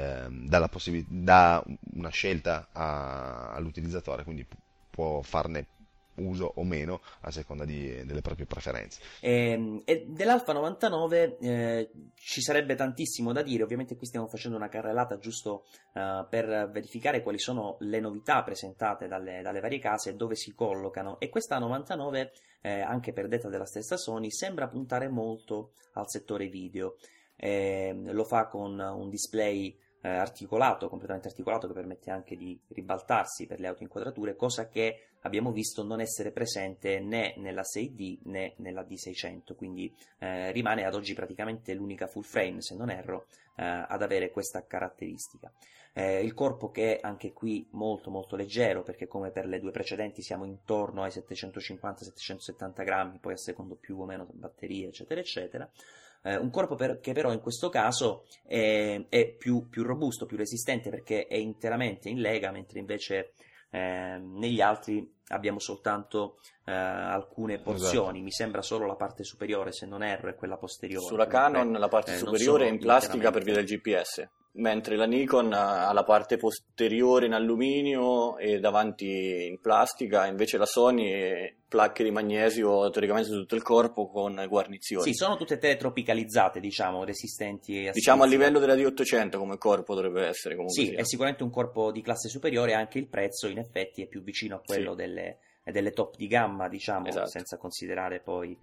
dà una scelta all'utilizzatore, quindi può farne uso o meno a seconda delle proprie preferenze. E dell'Alfa 99 ci sarebbe tantissimo da dire. Ovviamente qui stiamo facendo una carrellata giusto per verificare quali sono le novità presentate dalle varie case e dove si collocano, e questa 99 anche per detta della stessa Sony sembra puntare molto al settore video. Lo fa con un display completamente articolato, che permette anche di ribaltarsi per le autoinquadrature, cosa che abbiamo visto non essere presente né nella 6D né nella D600, quindi rimane ad oggi praticamente l'unica full frame, se non erro, ad avere questa caratteristica. Il corpo che è anche qui molto molto leggero, perché come per le due precedenti siamo intorno ai 750-770 grammi, poi a secondo più o meno batterie eccetera eccetera. Un corpo che però in questo caso è più robusto, più resistente, perché è interamente in lega, mentre invece negli altri abbiamo soltanto alcune porzioni. Esatto. Mi sembra solo la parte superiore, se non erro, è quella posteriore. Sulla Canon la parte superiore è in plastica per via del GPS, mentre la Nikon ha la parte posteriore in alluminio e davanti in plastica, invece la Sony è placche di magnesio teoricamente su tutto il corpo con guarnizioni. Sì, sono tutte e tre tropicalizzate, diciamo, resistenti a Diciamo a strizza. livello della D800 come corpo dovrebbe essere comunque Sì, sia. è sicuramente un corpo di classe superiore, anche il prezzo in effetti è più vicino a quello delle top di gamma, diciamo, Esatto. senza considerare poi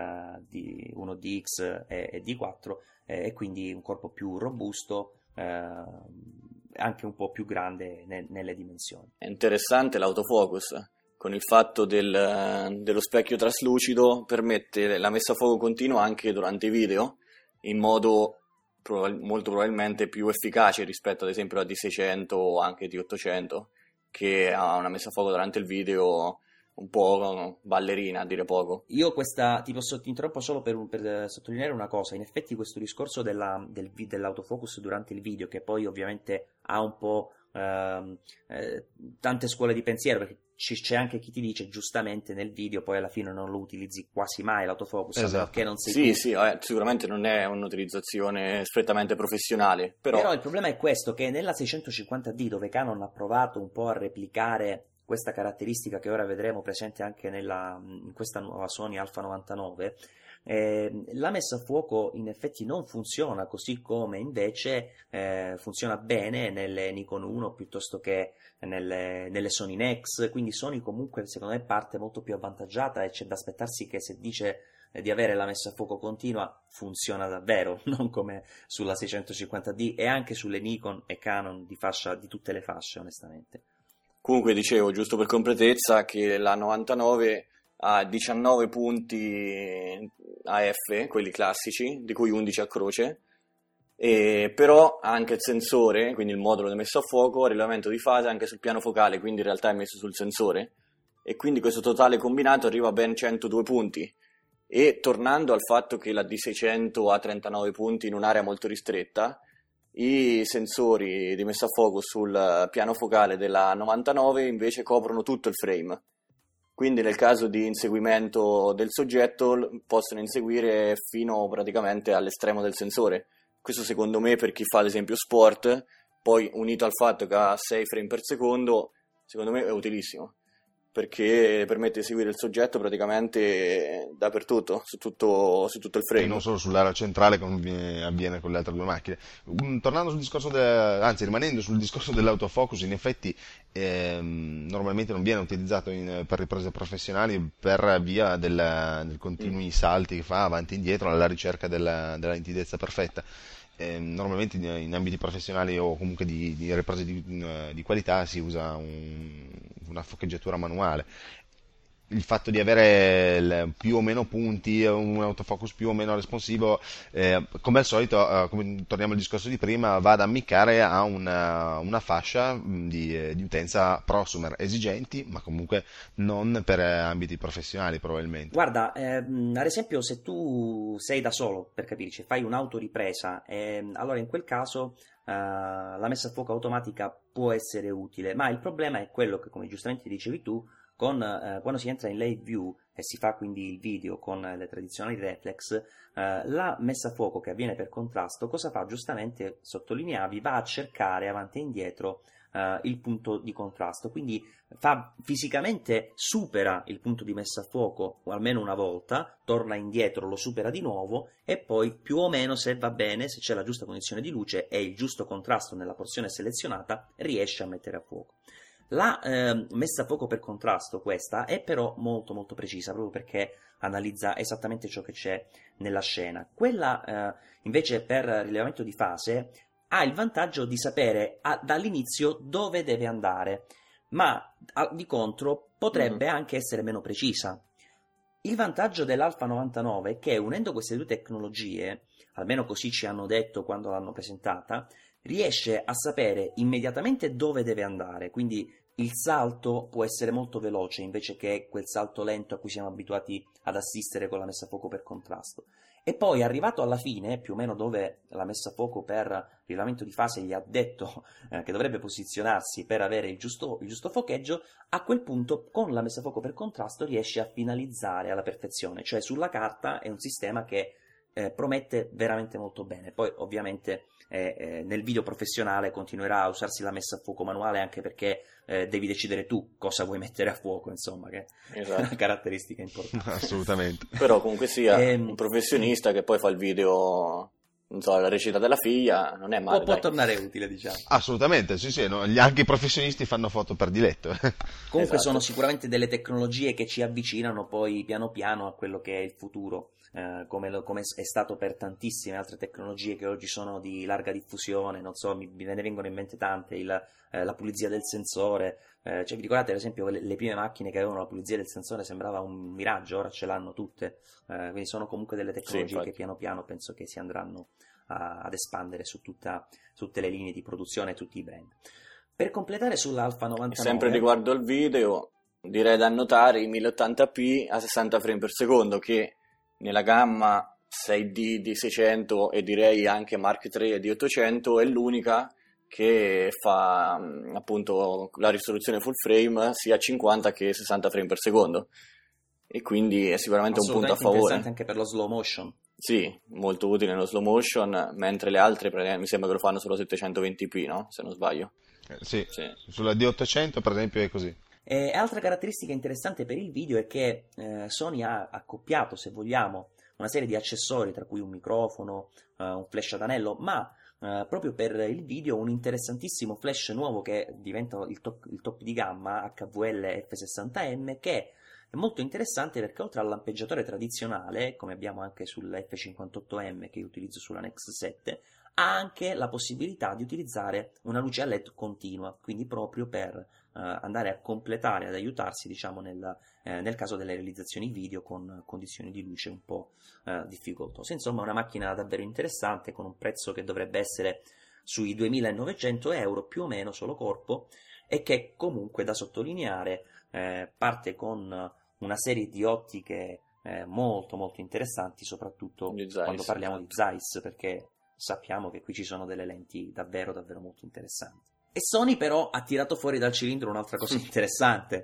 uno DX e D4, e quindi un corpo più robusto, anche un po' più grande nelle dimensioni. È interessante l'autofocus, con il fatto dello specchio traslucido permette la messa a fuoco continua anche durante i video, in modo molto probabilmente più efficace rispetto ad esempio alla D600 o anche D800, che ha una messa a fuoco durante il video un po' ballerina, a dire poco. Io ti interrompo solo per sottolineare una cosa. In effetti questo discorso dell'autofocus durante il video, che poi ovviamente ha un po' tante scuole di pensiero, perché c'è anche chi ti dice giustamente nel video poi alla fine non lo utilizzi quasi mai l'autofocus, Esatto. perché non sei tu. Sì, sicuramente non è un'utilizzazione strettamente professionale, Però il problema è questo, che nella 650D, dove Canon ha provato un po' a replicare questa caratteristica che ora vedremo presente anche in questa nuova Sony Alpha 99, la messa a fuoco in effetti non funziona così come invece funziona bene nelle Nikon 1 piuttosto che nelle Sony Nex, quindi Sony comunque secondo me parte molto più avvantaggiata, e c'è da aspettarsi che se dice di avere la messa a fuoco continua funziona davvero, non come sulla 650D e anche sulle Nikon e Canon di tutte le fasce, onestamente. Comunque dicevo, giusto per completezza, che la 99 ha 19 punti AF, quelli classici, di cui 11 a croce, però ha anche il sensore, quindi il modulo di messa a fuoco, rilevamento di fase anche sul piano focale, quindi in realtà è messo sul sensore, e quindi questo totale combinato arriva a ben 102 punti. E tornando al fatto che la D600 ha 39 punti in un'area molto ristretta, i sensori di messa a fuoco sul piano focale della 99 invece coprono tutto il frame, Quindi nel caso di inseguimento del soggetto possono inseguire fino praticamente all'estremo del sensore. Questo secondo me, per chi fa ad esempio sport, poi unito al fatto che ha 6 frame per secondo, secondo me è utilissimo, perché permette di seguire il soggetto praticamente dappertutto, su tutto il frame. E non solo sull'area centrale come avviene con le altre due macchine. Tornando sul discorso, rimanendo sul discorso dell'autofocus, in effetti normalmente non viene utilizzato per riprese professionali per via dei continui salti che fa avanti e indietro alla ricerca della nitidezza perfetta. Normalmente in ambiti professionali o comunque di riprese di qualità si usa una focheggiatura manuale. Il fatto di avere più o meno punti, un autofocus più o meno responsivo, come al solito, come torniamo al discorso di prima, va ad ammiccare a una fascia di utenza prosumer, esigenti, ma comunque non per ambiti professionali probabilmente. Guarda, ad esempio se tu sei da solo, per capirci, fai un'autoripresa, allora in quel caso la messa a fuoco automatica può essere utile, ma il problema è quello che, come giustamente dicevi tu, quando si entra in live view e si fa quindi il video con le tradizionali reflex, la messa a fuoco che avviene per contrasto, cosa fa? Giustamente sottolineavi, va a cercare avanti e indietro il punto di contrasto, quindi fisicamente supera il punto di messa a fuoco o almeno una volta, torna indietro, lo supera di nuovo e poi più o meno, se va bene, se c'è la giusta condizione di luce e il giusto contrasto nella porzione selezionata, riesce a mettere a fuoco. La messa a fuoco per contrasto, questa, è però molto molto precisa, proprio perché analizza esattamente ciò che c'è nella scena. Quella invece per rilevamento di fase ha il vantaggio di sapere dall'inizio dove deve andare, ma di contro potrebbe anche essere meno precisa. Il vantaggio dell'Alfa 99 è che, unendo queste due tecnologie, almeno così ci hanno detto quando l'hanno presentata, riesce a sapere immediatamente dove deve andare, quindi il salto può essere molto veloce invece che quel salto lento a cui siamo abituati ad assistere con la messa a fuoco per contrasto. E poi, arrivato alla fine, più o meno dove la messa a fuoco per rilevamento di fase gli ha detto che dovrebbe posizionarsi per avere il giusto focheggio, a quel punto con la messa a fuoco per contrasto riesce a finalizzare alla perfezione, cioè sulla carta è un sistema che promette veramente molto bene. Poi ovviamente nel video professionale continuerà a usarsi la messa a fuoco manuale, anche perché devi decidere tu cosa vuoi mettere a fuoco, insomma, che esatto, è una caratteristica importante. Assolutamente. Però comunque sia un professionista che poi fa il video, non so, la recita della figlia, non è male. Può tornare utile, diciamo. Assolutamente, sì, no, anche i professionisti fanno foto per diletto. Comunque esatto, sono sicuramente delle tecnologie che ci avvicinano poi piano piano a quello che è il futuro, come è stato per tantissime altre tecnologie che oggi sono di larga diffusione. Non so, me ne vengono in mente tante, la pulizia del sensore, cioè vi ricordate ad esempio le prime macchine che avevano la pulizia del sensore, sembrava un miraggio, ora ce l'hanno tutte, quindi sono comunque delle tecnologie che piano piano penso che si andranno ad espandere su tutte le linee di produzione e tutti i brand. Per completare sull'Alfa 99, sempre riguardo al video, direi da annotare i 1080p a 60 frame per secondo, che nella gamma 6D di 600 e direi anche Mark III di 800 è l'unica che fa appunto la risoluzione full frame sia a 50 che 60 frame per secondo, e quindi è sicuramente un punto a favore. Interessante anche per lo slow motion. Sì, molto utile nello slow motion, mentre le altre mi sembra che lo fanno solo 720p, no? Se non sbaglio. Sì, sulla D800 per esempio è così. Altra caratteristica interessante per il video è che Sony ha accoppiato, se vogliamo, una serie di accessori, tra cui un microfono, un flash ad anello, ma proprio per il video un interessantissimo flash nuovo che diventa il top di gamma, HVL F60M, che è molto interessante perché oltre al lampeggiatore tradizionale, come abbiamo anche sull'F58M che io utilizzo sulla Nex 7, ha anche la possibilità di utilizzare una luce a LED continua, quindi proprio per andare a completare, ad aiutarsi, diciamo, nel caso delle realizzazioni video con condizioni di luce un po' difficoltose. Insomma, una macchina davvero interessante, con un prezzo che dovrebbe essere sui 2.900 euro più o meno solo corpo, e che comunque, da sottolineare, parte con una serie di ottiche molto molto interessanti, soprattutto quando parliamo di Zeiss, perché sappiamo che qui ci sono delle lenti davvero davvero molto interessanti. E Sony però ha tirato fuori dal cilindro un'altra cosa interessante.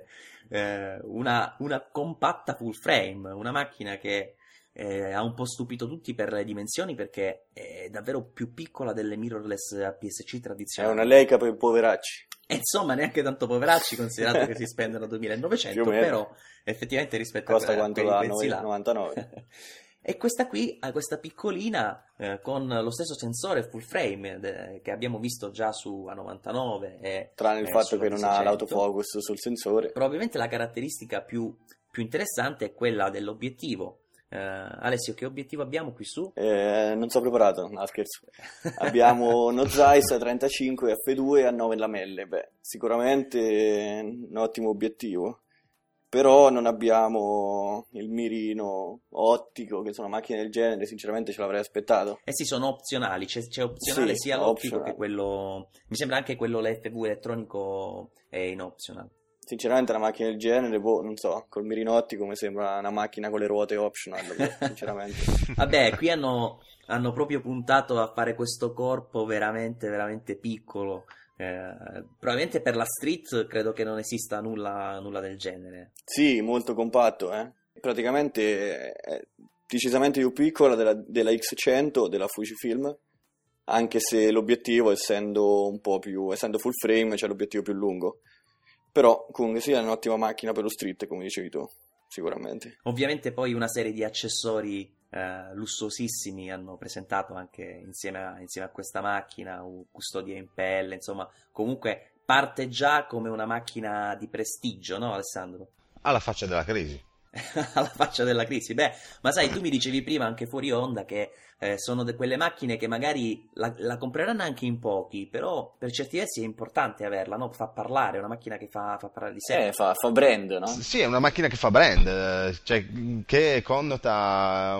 una compatta full frame, una macchina che ha un po' stupito tutti per le dimensioni, perché è davvero più piccola delle mirrorless APS-C È tradizionali. una Leica per i poveracci. E insomma, neanche tanto poveracci, considerato che si spendono 2.900, Più o meno. però effettivamente rispetto Costa a quanto quei la pezzi là. 99. E questa qui ha questa piccolina con lo stesso sensore full frame che abbiamo visto già su A99 e Tranne il fatto sulla che non ha D600. l'autofocus sul sensore. Probabilmente la caratteristica più interessante è quella dell'obiettivo. Alessio, che obiettivo abbiamo qui su? Non sono preparato, no scherzo. Abbiamo uno Zeiss 35 f2 a 9 lamelle. Beh, sicuramente un ottimo obiettivo. Però non abbiamo il mirino ottico, che sono macchine del genere, sinceramente ce l'avrei aspettato. Eh sì, sono opzionali, c'è opzionale Sì, sia l'ottico optional. che quello... Mi sembra anche quello l'FV elettronico è in optional. Sinceramente una macchina del genere, non so, col mirino ottico mi sembra una macchina con le ruote optional, sinceramente. Vabbè, qui hanno proprio puntato a fare questo corpo veramente, veramente piccolo. Probabilmente per la street credo che non esista nulla del genere. Sì, molto compatto, eh. Praticamente è decisamente più piccola della X100, della Fujifilm, anche se l'obiettivo, essendo full frame, c'è l'obiettivo più lungo. Però comunque sia un'ottima macchina per lo street, come dicevi tu, sicuramente. Ovviamente poi una serie di accessori lussuosissimi hanno presentato anche insieme a questa macchina, custodia in pelle, insomma, comunque parte già come una macchina di prestigio, no Alessandro? Alla faccia della crisi. Alla faccia della crisi. Beh, ma sai, tu mi dicevi prima anche fuori onda che sono quelle macchine che magari la compreranno anche in pochi, però per certi versi è importante averla, no? Fa parlare, è una macchina che fa parlare di sé. Fa brand, no? Sì, è una macchina che fa brand, cioè che connota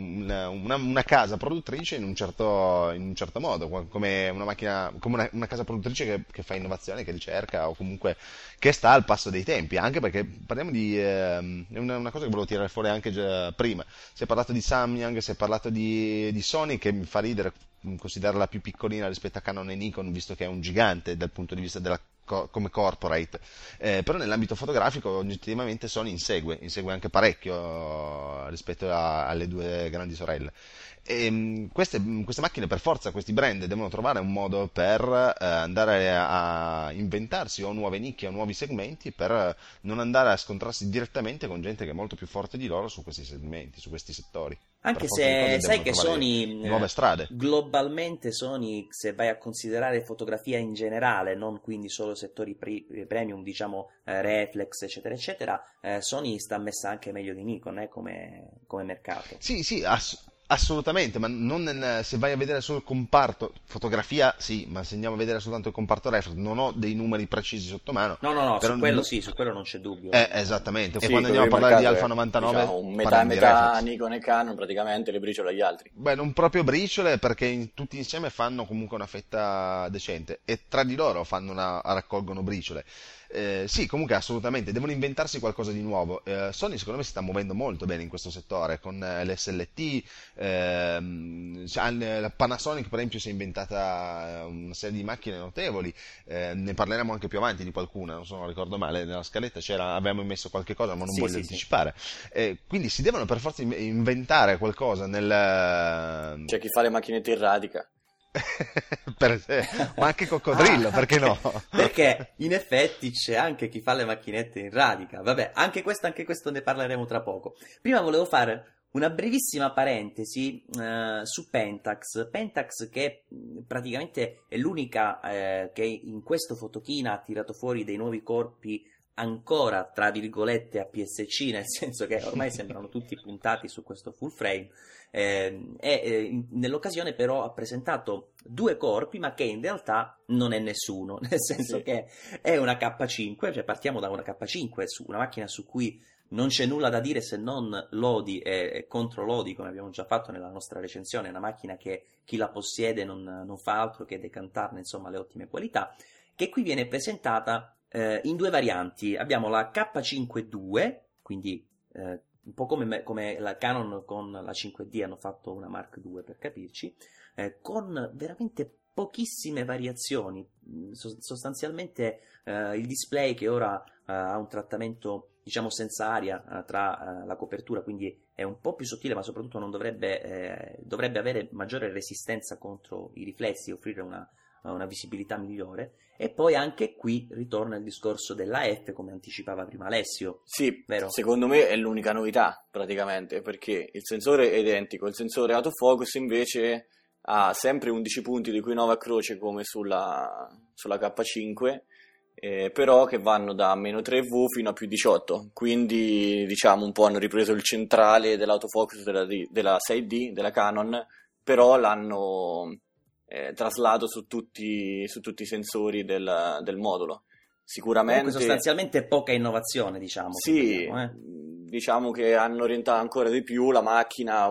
una casa produttrice in un certo modo, come una macchina, come una casa produttrice che fa innovazione, che ricerca o comunque che sta al passo dei tempi, anche perché parliamo di una cosa che volevo tirare fuori anche già prima. Si è parlato di Samyang, si è parlato di Sony, che mi fa ridere considerarla più piccolina rispetto a Canon e Nikon, visto che è un gigante dal punto di vista come corporate, però nell'ambito fotografico oggettivamente Sony insegue anche parecchio rispetto alle due grandi sorelle. E queste macchine, per forza, questi brand devono trovare un modo per andare a inventarsi o nuove nicchie o nuovi segmenti, per non andare a scontrarsi direttamente con gente che è molto più forte di loro su questi segmenti, su questi settori. Anche Per forza di cose se sai devono che trovare Sony, nuove strade. globalmente Sony, se vai a considerare fotografia in generale, non quindi solo settori premium, diciamo reflex, eccetera, eccetera, Sony sta messa anche meglio di Nikon come mercato. Sì, sì, assolutamente, ma non se vai a vedere solo il comparto fotografia, sì, ma se andiamo a vedere soltanto il comparto reflex, non ho dei numeri precisi sotto mano. No, però su quello sì, su quello non c'è dubbio. Esattamente. Sì, Quando quello andiamo a del parlare di mercato Alfa 99, diciamo, un metà e parliamo di metà reflex. Nikon e Canon, praticamente le briciole agli altri. Beh, non proprio briciole, perché tutti insieme fanno comunque una fetta decente e tra di loro raccolgono briciole. Sì, comunque assolutamente, devono inventarsi qualcosa di nuovo. Sony secondo me si sta muovendo molto bene in questo settore con l'SLT, la Panasonic per esempio si è inventata una serie di macchine notevoli, ne parleremo anche più avanti di qualcuna, non so, non ricordo male, nella scaletta avevamo messo qualche cosa ma non Sì, voglio sì, anticipare. Quindi si devono per forza inventare qualcosa C'è chi fa le macchinette in radica. ma anche coccodrillo, perché no? Perché in effetti c'è anche chi fa le macchinette in radica. Vabbè, anche questo ne parleremo tra poco. Prima volevo fare una brevissima parentesi su Pentax che praticamente è l'unica che in questo fotokina ha tirato fuori dei nuovi corpi ancora tra virgolette APS-C, nel senso che ormai sembrano tutti puntati su questo full frame. Nell'occasione però ha presentato due corpi, ma che in realtà non è nessuno, nel senso Sì. che è una K5, cioè partiamo da una K5, una macchina su cui non c'è nulla da dire se non lodi e contro lodi, come abbiamo già fatto nella nostra recensione. È una macchina che chi la possiede non fa altro che decantarne, insomma, le ottime qualità, che qui viene presentata in due varianti. Abbiamo la K5-2, quindi un po' come la Canon con la 5D hanno fatto una Mark II, per capirci, con veramente pochissime variazioni. Sostanzialmente il display, che ora ha un trattamento, diciamo, senza aria tra la copertura, quindi è un po' più sottile, ma soprattutto non dovrebbe avere maggiore resistenza contro i riflessi, offrire una visibilità migliore. E poi anche qui ritorna il discorso della F, come anticipava prima Alessio. Sì, vero? Secondo me è l'unica novità praticamente, perché il sensore è identico, il sensore autofocus invece ha sempre 11 punti, di cui 9 a croce come sulla K5, però che vanno da meno 3V fino a più 18, quindi diciamo un po' hanno ripreso il centrale dell'autofocus della 6D, della Canon, però l'hanno traslato su tutti i sensori del modulo. Sicuramente comunque sostanzialmente poca innovazione, diciamo. Sì, diciamo che hanno orientato ancora di più la macchina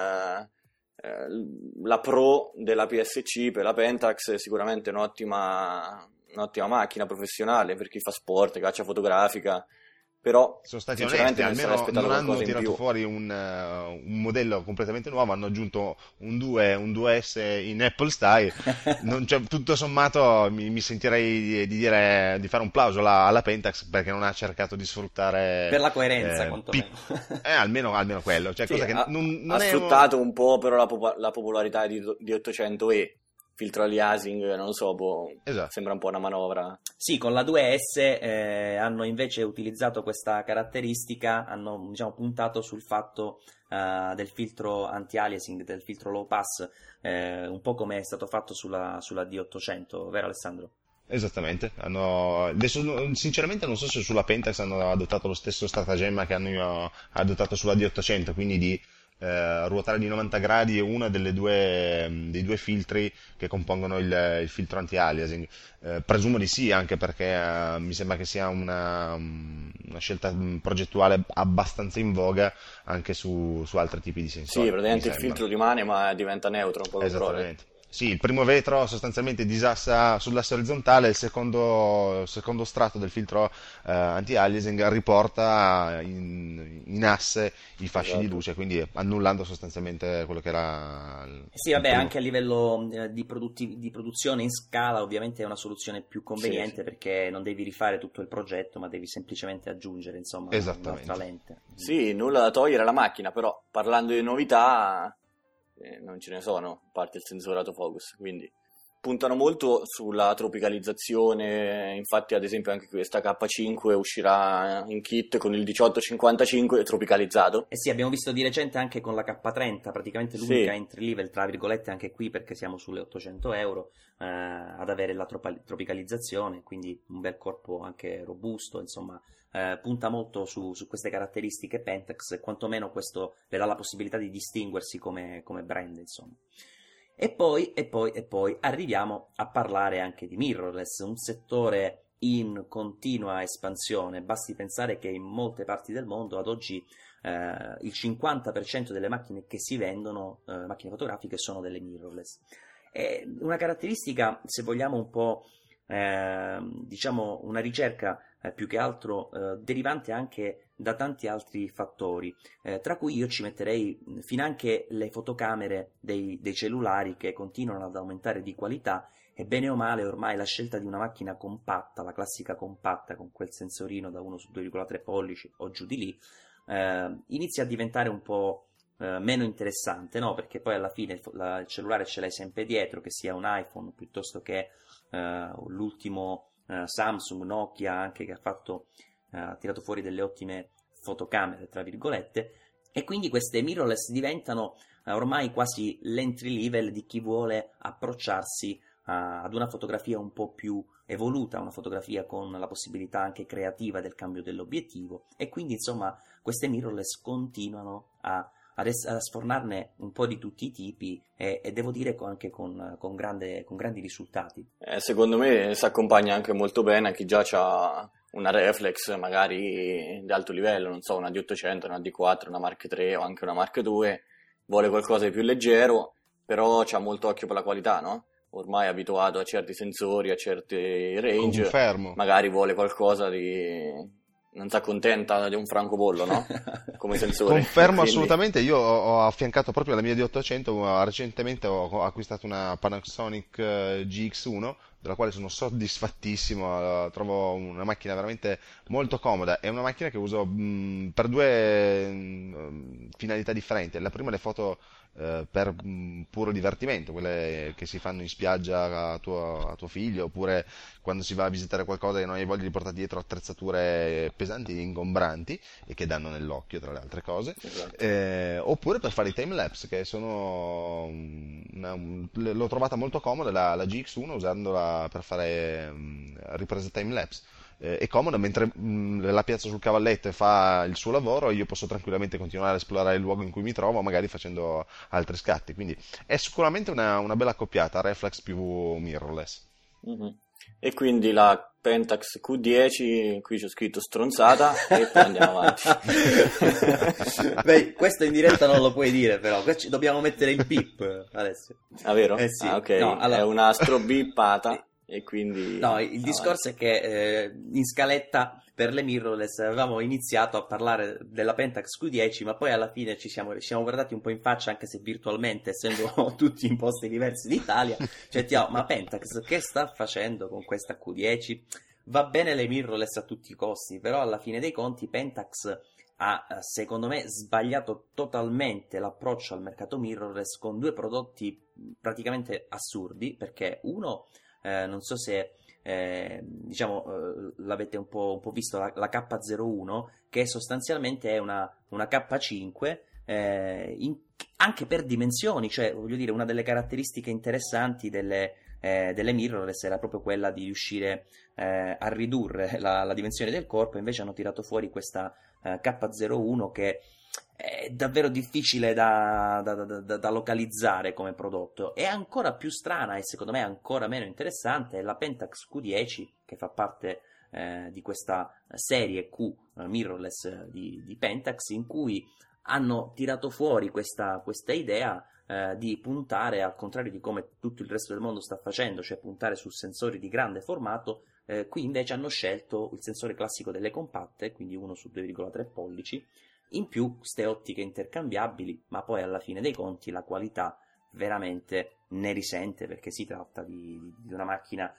la Pro della PSC per la Pentax è sicuramente un'ottima macchina professionale per chi fa sport, caccia fotografica, però sono stati sinceramente onesti, mi sarei almeno aspettato non hanno qualcosa in tirato più. fuori un modello completamente nuovo, hanno aggiunto un 2S in Apple Style. Tutto sommato mi sentirei di dire, di fare un plauso alla Pentax, perché non ha cercato di sfruttare Per la coerenza, quantomeno. almeno quello, cioè, Sì, cosa che ha non è sfruttato un po' però la popolarità di 800E, filtro aliasing, non lo so, Esatto. sembra un po' una manovra. Sì, con la 2S hanno invece utilizzato questa caratteristica, hanno, diciamo, puntato sul fatto del filtro anti-aliasing, del filtro low pass, un po' come è stato fatto sulla D800, vero Alessandro? Esattamente, adesso sinceramente non so se sulla Pentax hanno adottato lo stesso stratagemma che hanno adottato sulla D800, quindi di ruotare di 90 gradi uno dei due filtri che compongono il filtro anti-aliasing. Presumo di sì, anche perché mi sembra che sia una scelta progettuale abbastanza in voga anche su altri tipi di sensori. Sì, praticamente mi il sembra. filtro rimane ma diventa neutro, un po' Esattamente. Sì, il primo vetro sostanzialmente disassa sull'asse orizzontale, il secondo strato del filtro anti-aliasing riporta in asse i fasci di Esatto. luce, quindi annullando sostanzialmente quello che era Sì, il vabbè, primo. anche a livello di produzione in scala ovviamente è una soluzione più conveniente, Sì. perché non devi rifare tutto il progetto, ma devi semplicemente aggiungere, insomma, un'altra Esattamente. lente. Sì, nulla da togliere alla macchina, però parlando di novità non ce ne sono, a parte il sensore autofocus, quindi puntano molto sulla tropicalizzazione. Infatti ad esempio anche questa K5 uscirà in kit con il 1855 tropicalizzato. E sì, abbiamo visto di recente anche con la K30, praticamente l'unica entry level, tra virgolette, anche qui, perché siamo sulle 800 euro, ad avere la tropicalizzazione, quindi un bel corpo anche robusto, insomma, punta molto su queste caratteristiche Pentax, e quantomeno questo le dà la possibilità di distinguersi come brand, insomma. E poi arriviamo a parlare anche di mirrorless, un settore in continua espansione. Basti pensare che in molte parti del mondo ad oggi il 50% delle macchine che si vendono, macchine fotografiche, sono delle mirrorless. È una caratteristica, se vogliamo, un po' diciamo una ricerca più che altro derivante anche da tanti altri fattori, tra cui io ci metterei finanche le fotocamere dei cellulari, che continuano ad aumentare di qualità, e bene o male ormai la scelta di una macchina compatta, la classica compatta con quel sensorino da 1 su 2,3 pollici o giù di lì, inizia a diventare un po' meno interessante, no? Perché poi alla fine il cellulare ce l'hai sempre dietro, che sia un iPhone piuttosto che l'ultimo Samsung, Nokia, anche, che ha tirato fuori delle ottime fotocamere, tra virgolette, e quindi queste mirrorless diventano ormai quasi l'entry level di chi vuole approcciarsi ad una fotografia un po' più evoluta, una fotografia con la possibilità anche creativa del cambio dell'obiettivo, e quindi insomma queste mirrorless continuano a sfornarne un po' di tutti i tipi, e devo dire anche con grandi risultati. Secondo me si accompagna anche molto bene a chi già ha una reflex magari di alto livello, non so, una D800, una D4, una Mark III o anche una Mark II, vuole qualcosa di più leggero, però c'ha molto occhio per la qualità, no? Ormai è abituato a certi sensori, a certi range, Confermo. magari vuole qualcosa di non si accontenta di un francobollo, no? Come sensore. Confermo Quindi... assolutamente, io ho affiancato proprio la mia D800, recentemente ho acquistato una Panasonic GX1, della quale sono soddisfattissimo, trovo una macchina veramente molto comoda, è una macchina che uso per due finalità differenti. La prima, le foto per puro divertimento, quelle che si fanno in spiaggia a tuo figlio, oppure quando si va a visitare qualcosa e non hai voglia di portare dietro attrezzature pesanti e ingombranti e che danno nell'occhio, tra le altre cose. Esatto. Oppure per fare i timelapse, che l'ho trovata molto comoda la GX1, usandola per fare riprese timelapse. È comoda, mentre la piazza sul cavalletto e fa il suo lavoro, io posso tranquillamente continuare a esplorare il luogo in cui mi trovo, magari facendo altri scatti. Quindi è sicuramente una bella accoppiata, reflex più mirrorless. Mhm. E quindi la Pentax Q10, qui c'è scritto stronzata, e poi andiamo avanti. Beh, questo in diretta non lo puoi dire, però dobbiamo mettere il beep adesso. Ah, vero? Sì. Ah, ok, No, allora... è una strobippata. E quindi no, il discorso è che in scaletta per le mirrorless avevamo iniziato a parlare della Pentax Q10, ma poi alla fine ci siamo guardati un po' in faccia, anche se virtualmente, essendo tutti in posti diversi d'Italia. Cioè, ma Pentax che sta facendo con questa Q10? Va bene le mirrorless a tutti i costi, però alla fine dei conti Pentax ha, secondo me, sbagliato totalmente l'approccio al mercato mirrorless con due prodotti praticamente assurdi, perché uno... non so se l'avete un po' visto, la K01, che sostanzialmente è una K5 anche per dimensioni, cioè voglio dire, una delle caratteristiche interessanti delle mirrorless era proprio quella di riuscire a ridurre la dimensione del corpo. Invece hanno tirato fuori questa K01 che è davvero difficile da localizzare come prodotto. È ancora più strana e secondo me ancora meno interessante è la Pentax Q10, che fa parte di questa serie Q mirrorless di Pentax, in cui hanno tirato fuori questa idea di puntare, al contrario di come tutto il resto del mondo sta facendo, cioè puntare su sensori di grande formato. Qui invece hanno scelto il sensore classico delle compatte, quindi 1 su 2,3 pollici, in più queste ottiche intercambiabili, ma poi alla fine dei conti la qualità veramente ne risente, perché si tratta di una macchina...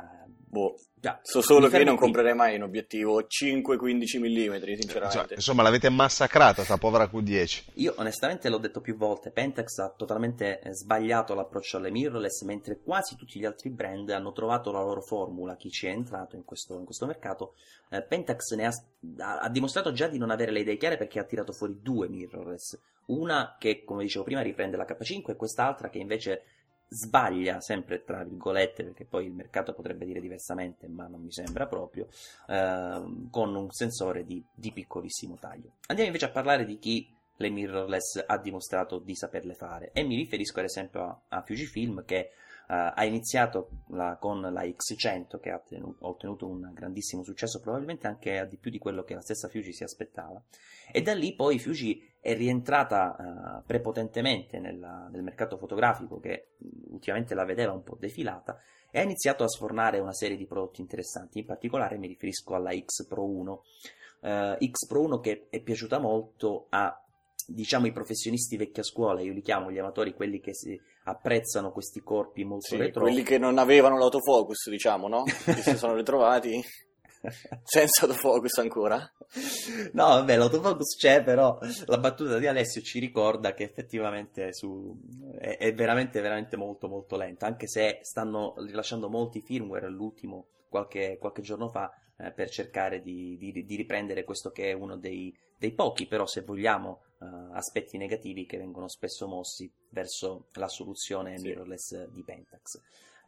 so solo che io non comprerei mai un obiettivo 5-15 mm, sinceramente. Insomma, l'avete massacrata sta povera Q10. Io onestamente l'ho detto più volte, Pentax ha totalmente sbagliato l'approccio alle mirrorless, mentre quasi tutti gli altri brand hanno trovato la loro formula. Chi ci è entrato in questo mercato, Pentax ha dimostrato già di non avere le idee chiare, perché ha tirato fuori due mirrorless, una che, come dicevo prima, riprende la K5 e quest'altra che invece sbaglia, sempre tra virgolette, perché poi il mercato potrebbe dire diversamente, ma non mi sembra proprio, con un sensore di piccolissimo taglio. Andiamo invece a parlare di chi le mirrorless ha dimostrato di saperle fare, e mi riferisco ad esempio a Fujifilm, che ha iniziato con la X100, che ha ottenuto un grandissimo successo, probabilmente anche a di più di quello che la stessa Fuji si aspettava, e da lì poi Fuji è rientrata prepotentemente nel mercato fotografico, che ultimamente la vedeva un po' defilata, e ha iniziato a sfornare una serie di prodotti interessanti. In particolare mi riferisco alla X Pro 1, X Pro 1 che è piaciuta molto a, diciamo, i professionisti vecchia scuola. Io li chiamo gli amatori, quelli che si apprezzano questi corpi molto retro, quelli che non avevano l'autofocus, diciamo, no? Che si sono ritrovati senza autofocus ancora. No, vabbè, l'autofocus c'è, però la battuta di Alessio ci ricorda che effettivamente è veramente veramente molto molto lenta, anche se stanno rilasciando molti firmware, l'ultimo qualche giorno fa, per cercare di riprendere questo che è uno dei pochi, però se vogliamo, aspetti negativi che vengono spesso mossi verso la soluzione mirrorless di Pentax.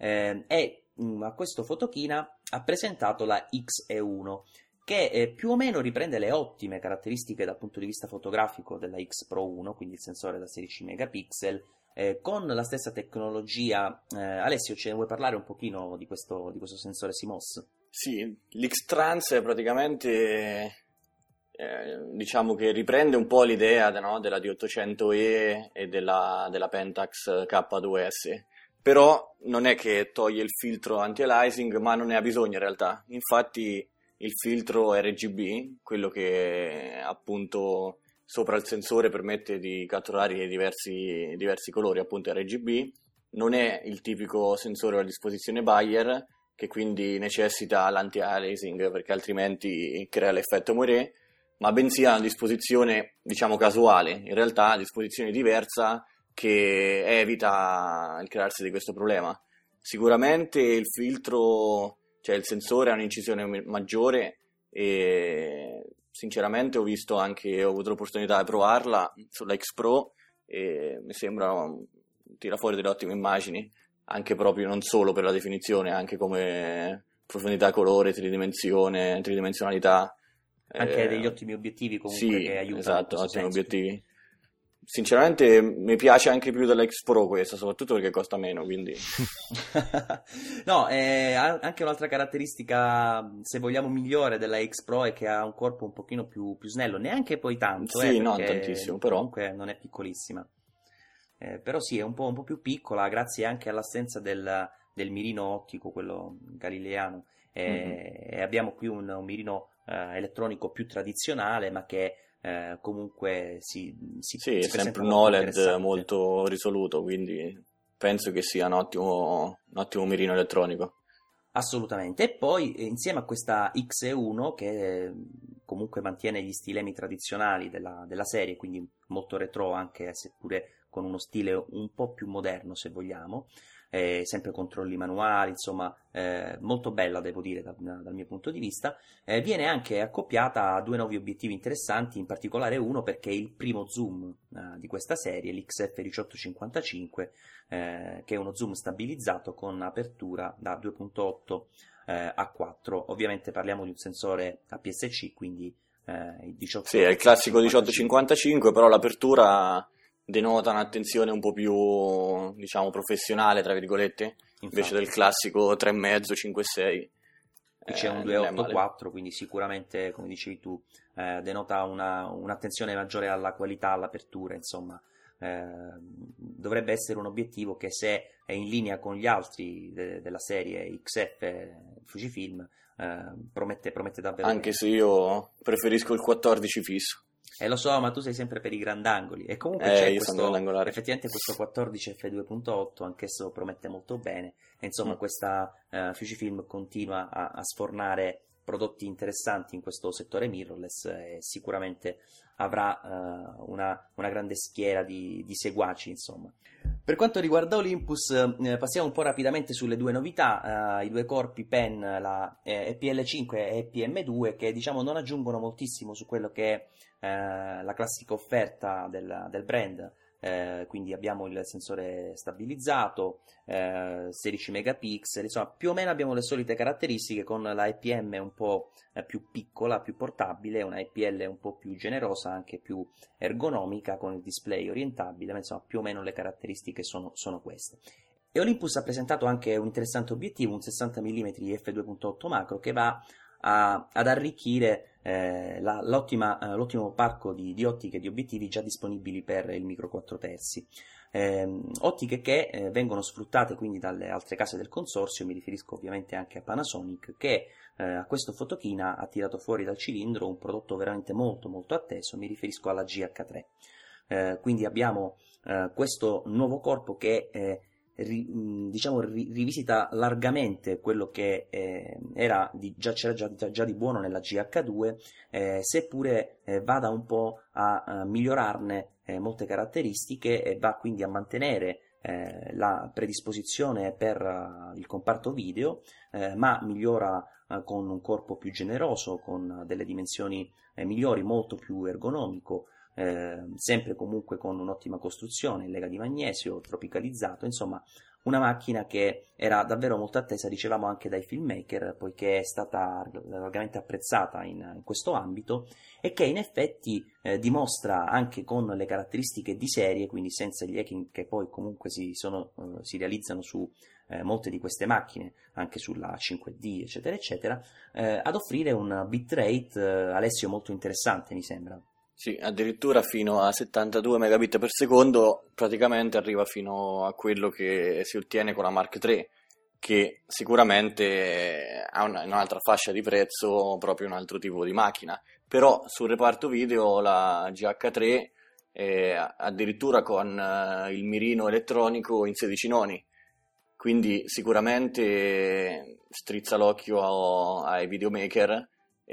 A questo fotochina ha presentato la XE1, che più o meno riprende le ottime caratteristiche dal punto di vista fotografico della X Pro 1, quindi il sensore da 16 megapixel, con la stessa tecnologia. Alessio, ce ne vuoi parlare un pochino di questo sensore CMOS? Sì, l'X-Trans è praticamente... diciamo che riprende un po' l'idea, no, della D800E e della Pentax K2S, però non è che toglie il filtro anti-aliasing, ma non ne ha bisogno in realtà. Infatti il filtro RGB, quello che appunto sopra il sensore permette di catturare i diversi colori, appunto RGB, non è il tipico sensore a disposizione Bayer, che quindi necessita l'anti-aliasing perché altrimenti crea l'effetto moiré, ma bensì ha una disposizione, diciamo, casuale, in realtà una disposizione diversa che evita il crearsi di questo problema. Sicuramente il filtro, cioè il sensore ha un'incisione maggiore e sinceramente ho avuto l'opportunità di provarla sulla X Pro e mi sembra tira fuori delle ottime immagini, anche proprio non solo per la definizione, anche come profondità colore, tridimensionalità. Anche degli ottimi obiettivi comunque sì, che aiutano. Esatto, ottimi obiettivi. Sinceramente mi piace anche più della X Pro questa, soprattutto perché costa meno, quindi... No, anche un'altra caratteristica, se vogliamo, migliore della X Pro è che ha un corpo un pochino più snello, neanche poi tanto, sì, non tantissimo, però comunque non è piccolissima. Però sì, è un po' più piccola, grazie anche all'assenza del mirino ottico, quello galileano. E abbiamo qui un mirino elettronico più tradizionale, ma che comunque si è sempre un OLED molto risoluto, quindi penso che sia un ottimo mirino elettronico. Assolutamente. E poi insieme a questa X1 che comunque mantiene gli stilemi tradizionali della serie, quindi molto retro, anche seppure con uno stile un po' più moderno, se vogliamo, sempre controlli manuali, insomma, molto bella, devo dire, dal mio punto di vista. Viene anche accoppiata a due nuovi obiettivi interessanti, in particolare uno perché è il primo zoom di questa serie, l'XF1855, che è uno zoom stabilizzato con apertura da 2.8 a 4. Ovviamente parliamo di un sensore APS-C, quindi il 18. Sì, è il classico 1855, però l'apertura denota un'attenzione un po' più, diciamo, professionale, tra virgolette, invece del classico 3,5, 5,6. Qui c'è un 2,8,4, quindi sicuramente, come dicevi tu, denota un'attenzione maggiore alla qualità, all'apertura, insomma. Dovrebbe essere un obiettivo che, se è in linea con gli altri della serie XF Fujifilm, promette davvero anche bene. Se io preferisco il 14 fisso. Lo so, ma tu sei sempre per i grandangoli. E comunque c'è effettivamente questo 14 f2.8, anch'esso promette molto bene. E insomma, questa Fujifilm continua a sfornare prodotti interessanti in questo settore mirrorless e sicuramente avrà una grande schiera di seguaci, insomma. Per quanto riguarda Olympus, passiamo un po' rapidamente sulle due novità, i due corpi pen, la EPL5 e EPM2, che diciamo non aggiungono moltissimo su quello che è la classica offerta del brand. Quindi abbiamo il sensore stabilizzato, 16 megapixel, insomma più o meno abbiamo le solite caratteristiche, con la EPM un po' più piccola, più portabile, una EPL un po' più generosa, anche più ergonomica, con il display orientabile, ma insomma più o meno le caratteristiche sono queste. E Olympus ha presentato anche un interessante obiettivo, un 60 mm f2.8 macro, che va ad arricchire l'ottimo parco di ottiche e di obiettivi già disponibili per il micro 4 terzi. Ottiche che vengono sfruttate quindi dalle altre case del consorzio. Mi riferisco ovviamente anche a Panasonic, che a questo fotochina ha tirato fuori dal cilindro un prodotto veramente molto molto atteso. Mi riferisco alla GH3. Quindi abbiamo questo nuovo corpo che rivisita largamente quello che c'era già di buono nella GH2, seppure vada un po' a migliorarne molte caratteristiche, e va quindi a mantenere la predisposizione per il comparto video, ma migliora con un corpo più generoso, con delle dimensioni migliori, molto più ergonomico, sempre comunque con un'ottima costruzione in lega di magnesio, tropicalizzato, insomma una macchina che era davvero molto attesa, dicevamo, anche dai filmmaker, poiché è stata largamente apprezzata in questo ambito, e che in effetti dimostra, anche con le caratteristiche di serie, quindi senza gli hacking che poi comunque si realizzano su molte di queste macchine, anche sulla 5D eccetera eccetera, ad offrire un bitrate, Alessio, molto interessante, mi sembra. Sì, addirittura fino a 72 megabit per secondo, praticamente arriva fino a quello che si ottiene con la Mark III, che sicuramente ha un'altra fascia di prezzo, proprio un altro tipo di macchina. Però sul reparto video la GH3 addirittura con il mirino elettronico in 16 noni, quindi sicuramente strizza l'occhio ai videomaker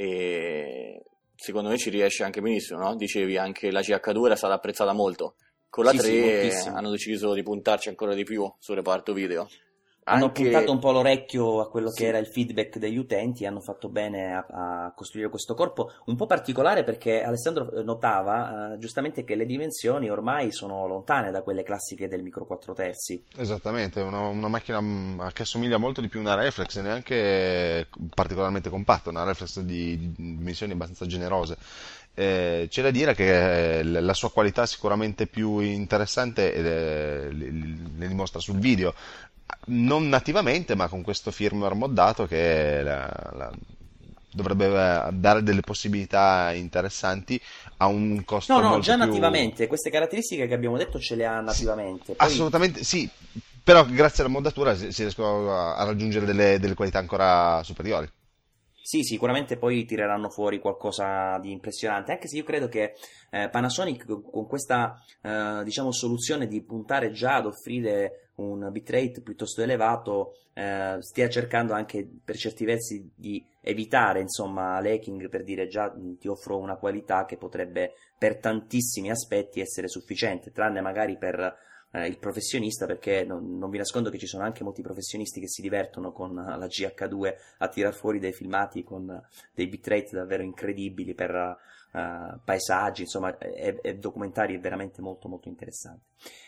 e secondo me ci riesce anche benissimo, no? Dicevi anche la GH2 era stata apprezzata molto, con la Sì, 3 sì, hanno deciso di puntarci ancora di più sul reparto video. Hanno Anche puntato un po' l'orecchio a quello che sì, era il feedback degli utenti e hanno fatto bene a costruire questo corpo, un po' particolare perché Alessandro notava giustamente che le dimensioni ormai sono lontane da quelle classiche del micro 4 terzi. Esattamente, una macchina che assomiglia molto di più a una reflex, neanche particolarmente compatta, una reflex di dimensioni abbastanza generose. C'è da dire che la sua qualità è sicuramente più interessante e le dimostra sul video, non nativamente, ma con questo firmware moddato che dovrebbe dare delle possibilità interessanti a un No, costo no, molto già più... nativamente, queste caratteristiche che abbiamo detto ce le ha Sì, nativamente. Poi assolutamente sì, però grazie alla moddatura si riescono a raggiungere delle qualità ancora superiori. sì, sicuramente poi tireranno fuori qualcosa di impressionante, anche se io credo che Panasonic con questa diciamo soluzione di puntare già ad offrire un bitrate piuttosto elevato stia cercando anche per certi versi di evitare insomma l'hacking, per dire già ti offro una qualità che potrebbe per tantissimi aspetti essere sufficiente, tranne magari per il professionista, perché non vi nascondo che ci sono anche molti professionisti che si divertono con la GH2 a tirar fuori dei filmati con dei bitrate davvero incredibili per paesaggi, insomma, e documentari veramente molto molto interessanti.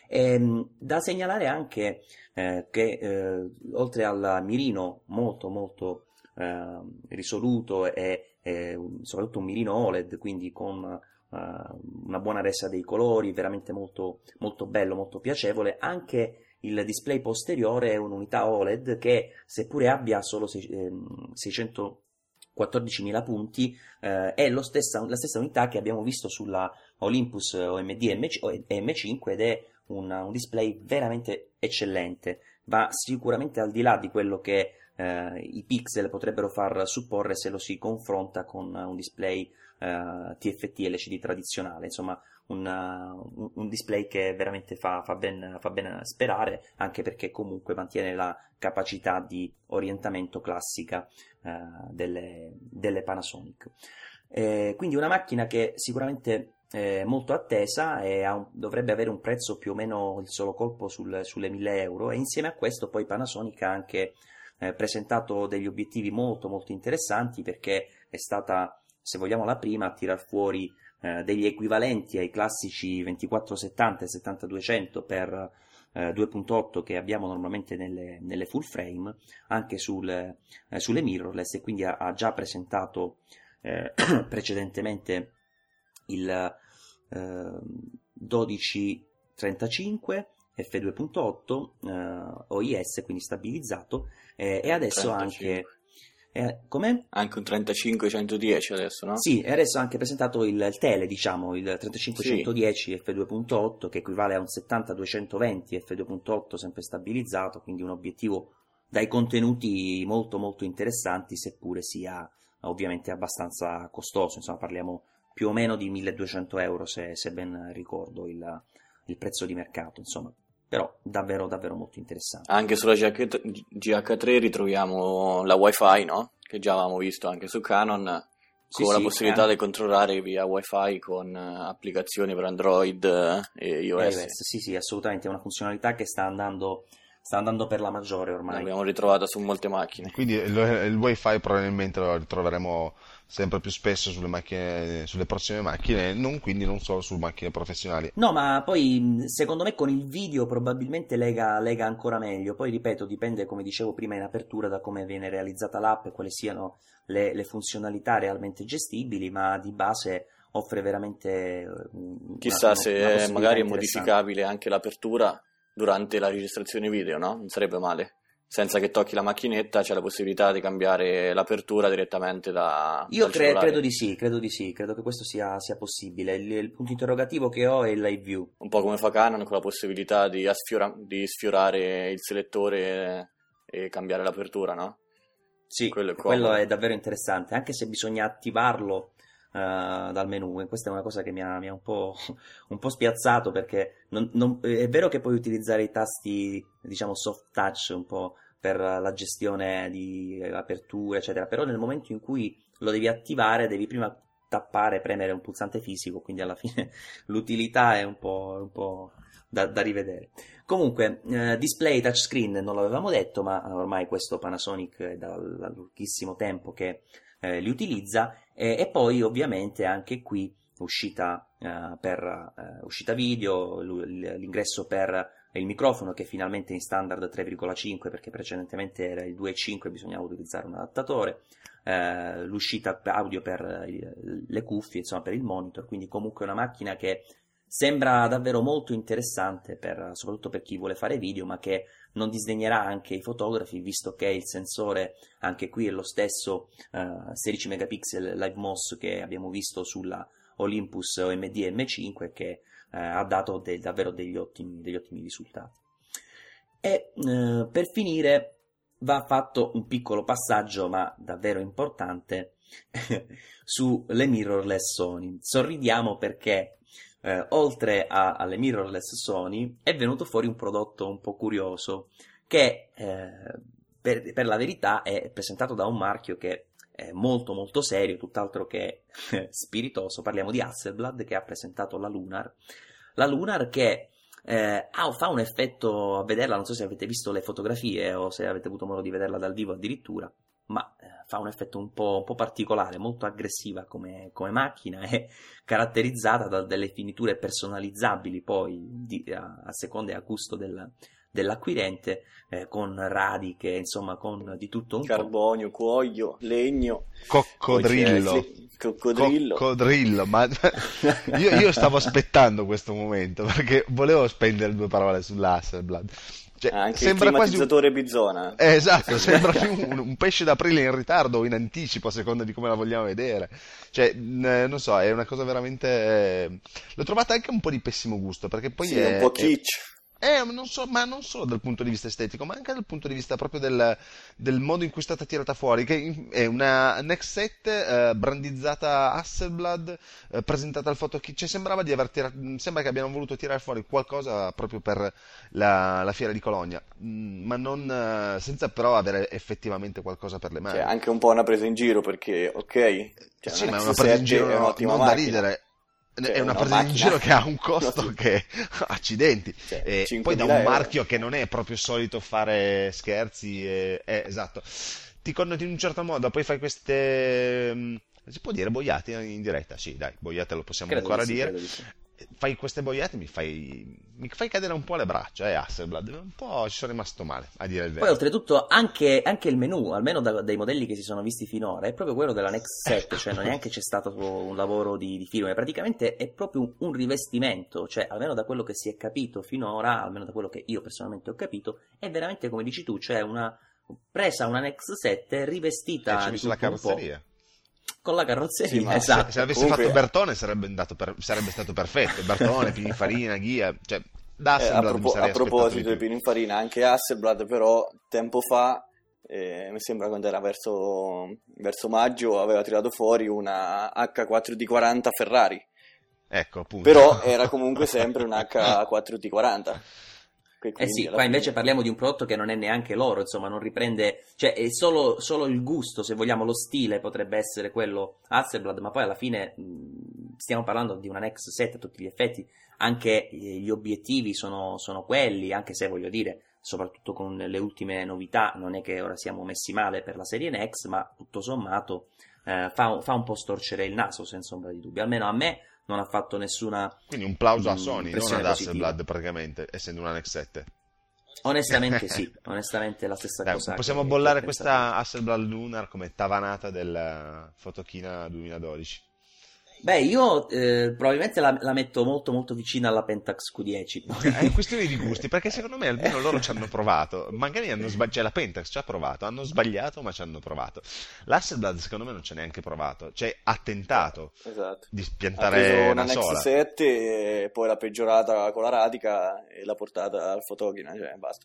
Da segnalare anche che oltre al mirino molto molto risoluto e soprattutto un mirino OLED, quindi con una buona resa dei colori, veramente molto, molto bello, molto piacevole. Anche il display posteriore è un'unità OLED che, seppure abbia solo 614.000 punti, è la stessa unità che abbiamo visto sulla Olympus OMD M5 ed è un display veramente eccellente. Va sicuramente al di là di quello che i pixel potrebbero far supporre se lo si confronta con un display TFT LCD tradizionale, insomma un display che veramente fa ben sperare, anche perché comunque mantiene la capacità di orientamento classica delle Panasonic. Quindi una macchina che sicuramente è molto attesa e dovrebbe avere un prezzo più o meno il solo colpo sulle 1.000 euro, e insieme a questo poi Panasonic ha anche presentato degli obiettivi molto molto interessanti, perché è stata, se vogliamo, la prima a tirar fuori degli equivalenti ai classici 2470 e 7200 per 2.8 che abbiamo normalmente nelle full frame, anche sulle mirrorless, e quindi ha già presentato precedentemente il 1235 f2.8 OIS, quindi stabilizzato, e adesso 35. anche come? Anche un 35-110 adesso, no? Sì, e adesso ha anche presentato il tele, diciamo, il Sì, 3510 f2.8, che equivale a un 70-220 f2.8 sempre stabilizzato, quindi un obiettivo dai contenuti molto molto interessanti, seppure sia ovviamente abbastanza costoso. Insomma, parliamo più o meno di 1.200 euro, se ben ricordo il prezzo di mercato, insomma, però davvero davvero molto interessante. anche sulla GH3 ritroviamo la Wi-Fi, no? Che già avevamo visto anche su Canon, Sì, con la sì, possibilità di controllare via Wi-Fi con applicazioni per Android e iOS. iOS, sì, sì, assolutamente, è una funzionalità che sta andando per la maggiore ormai. L'abbiamo ritrovata su molte macchine. Quindi il Wi-Fi probabilmente lo ritroveremo sempre più spesso sulle macchine, sulle prossime macchine, quindi non solo su macchine professionali. No, ma poi secondo me con il video probabilmente lega ancora meglio. Poi ripeto, dipende, come dicevo prima in apertura, da come viene realizzata l'app e quali siano le funzionalità realmente gestibili, ma di base offre veramente Chissà una se possibilità magari è interessante. modificabile anche l'apertura durante la registrazione video, no? Non sarebbe male. Senza che tocchi la macchinetta c'è la possibilità di cambiare l'apertura direttamente Io dal cellulare. credo di sì, credo che questo sia possibile. Il punto interrogativo che ho è il live view. Un po' come fa Canon con la possibilità di sfiorare il selettore e cambiare l'apertura, no? Sì, Quello è quello comodo. è davvero interessante, anche se bisogna attivarlo dal menu. E questa è una cosa che mi ha un po' spiazzato, perché è vero che puoi utilizzare i tasti, diciamo, soft touch un po' per la gestione di apertura, eccetera, però nel momento in cui lo devi attivare devi prima tappare, premere un pulsante fisico, quindi alla fine l'utilità è un po' da rivedere. Comunque, display touchscreen non l'avevamo detto, ma ormai questo Panasonic è da lunghissimo tempo che li utilizza, e poi ovviamente anche qui uscita uscita video, l'ingresso per il microfono, che finalmente è in standard 3,5, perché precedentemente era il 2,5 e bisognava utilizzare un adattatore, l'uscita audio per le cuffie, insomma per il monitor, quindi comunque una macchina che sembra davvero molto interessante, soprattutto per chi vuole fare video, ma che non disdegnerà anche i fotografi, visto che il sensore anche qui è lo stesso 16 megapixel LiveMOS che abbiamo visto sulla Olympus OMD M5, che ha dato davvero degli ottimi risultati. E per finire va fatto un piccolo passaggio, ma davvero importante, sulle mirrorless Sony. Sorridiamo perché oltre alle mirrorless Sony è venuto fuori un prodotto un po' curioso che per la verità è presentato da un marchio che è molto molto serio, tutt'altro che spiritoso. Parliamo di Hasselblad, che ha presentato la Lunar che fa un effetto, a vederla, non so se avete visto le fotografie o se avete avuto modo di vederla dal vivo addirittura, ma fa un effetto un po' particolare, molto aggressiva come macchina, è caratterizzata da delle finiture personalizzabili poi a seconda e a gusto dell'acquirente, con radiche, insomma con di tutto un po'. Carbonio, cuoio, legno, coccodrillo. Coccodrillo, ma io stavo aspettando questo momento perché volevo spendere due parole sull'Hasselblad. Cioè, anche sembra il climatizzatore Bizona. Esatto, sembra più un pesce d'aprile in ritardo o in anticipo, a seconda di come la vogliamo vedere. Cioè, non so, è una cosa veramente... L'ho trovata anche un po' di pessimo gusto, perché poi sì, è un po' kitsch. Ma non solo dal punto di vista estetico, ma anche dal punto di vista proprio del modo in cui è stata tirata fuori, che è una Nex 7 brandizzata Hasselblad, presentata al photokit, cioè sembra che abbiano voluto tirare fuori qualcosa proprio per la fiera di Cologna, ma non senza però avere effettivamente qualcosa per le mani. Cioè, anche un po' una presa in giro, perché ok, cioè, sì, ma è una presa in giro è un'ottima non da macchina. ridere. Cioè, è una presa in giro che ha un costo che accidenti, cioè, poi da un 5.000 marchio che non è proprio solito fare scherzi, esatto, ti connoti in un certo modo, poi fai queste, si può dire boiate in diretta? Sì, dai, boiate lo possiamo ancora dire. Fai queste boiate, mi fai cadere un po' le braccia, Hasselblad, un po' ci sono rimasto male, a dire il vero. Poi oltretutto anche il menu, almeno dai modelli che si sono visti finora, è proprio quello della Nex 7, cioè non neanche c'è stato un lavoro di firme, praticamente è proprio un rivestimento, cioè almeno da quello che si è capito finora, almeno da quello che io personalmente ho capito, è veramente come dici tu, cioè una Nex 7 rivestita ci di la carrozzeria. Con la carrozzeria, sì, ma esatto. Se avesse fatto Bertone sarebbe stato perfetto. Bertone, Pininfarina, Ghia, cioè a proposito di Pininfarina, anche Hasselblad però tempo fa, mi sembra quando era verso maggio, aveva tirato fuori una H4D40 Ferrari. Ecco, appunto. Però era comunque sempre un H4D40. Sì, qua invece parliamo di un prodotto che non è neanche loro, insomma, non riprende, cioè è solo il gusto, se vogliamo, lo stile potrebbe essere quello Hasselblad, ma poi alla fine stiamo parlando di una Nex 7 a tutti gli effetti, anche gli obiettivi sono quelli, anche se voglio dire, soprattutto con le ultime novità, non è che ora siamo messi male per la serie Nex, ma tutto sommato fa un po' storcere il naso, senza ombra di dubbio, almeno a me non ha fatto nessuna. Quindi un plauso a Sony, non ad Hasselblad, positiva. praticamente, essendo una Nex 7. Onestamente sì, onestamente è la stessa cosa. Possiamo bollare questa Hasselblad Lunar come tavanata del Photokina 2012. Beh, io probabilmente la metto molto molto vicina alla Pentax Q10. È questione di gusti, perché secondo me almeno loro ci hanno provato. Magari hanno sbagliato, cioè la Pentax ci ha provato, hanno sbagliato ma ci hanno provato. L'Hasselblad secondo me non ci ha neanche provato, cioè ha tentato di piantare una sola. Nex 7 e poi l'ha peggiorata con la radica e l'ha portata al Photokina, cioè basta.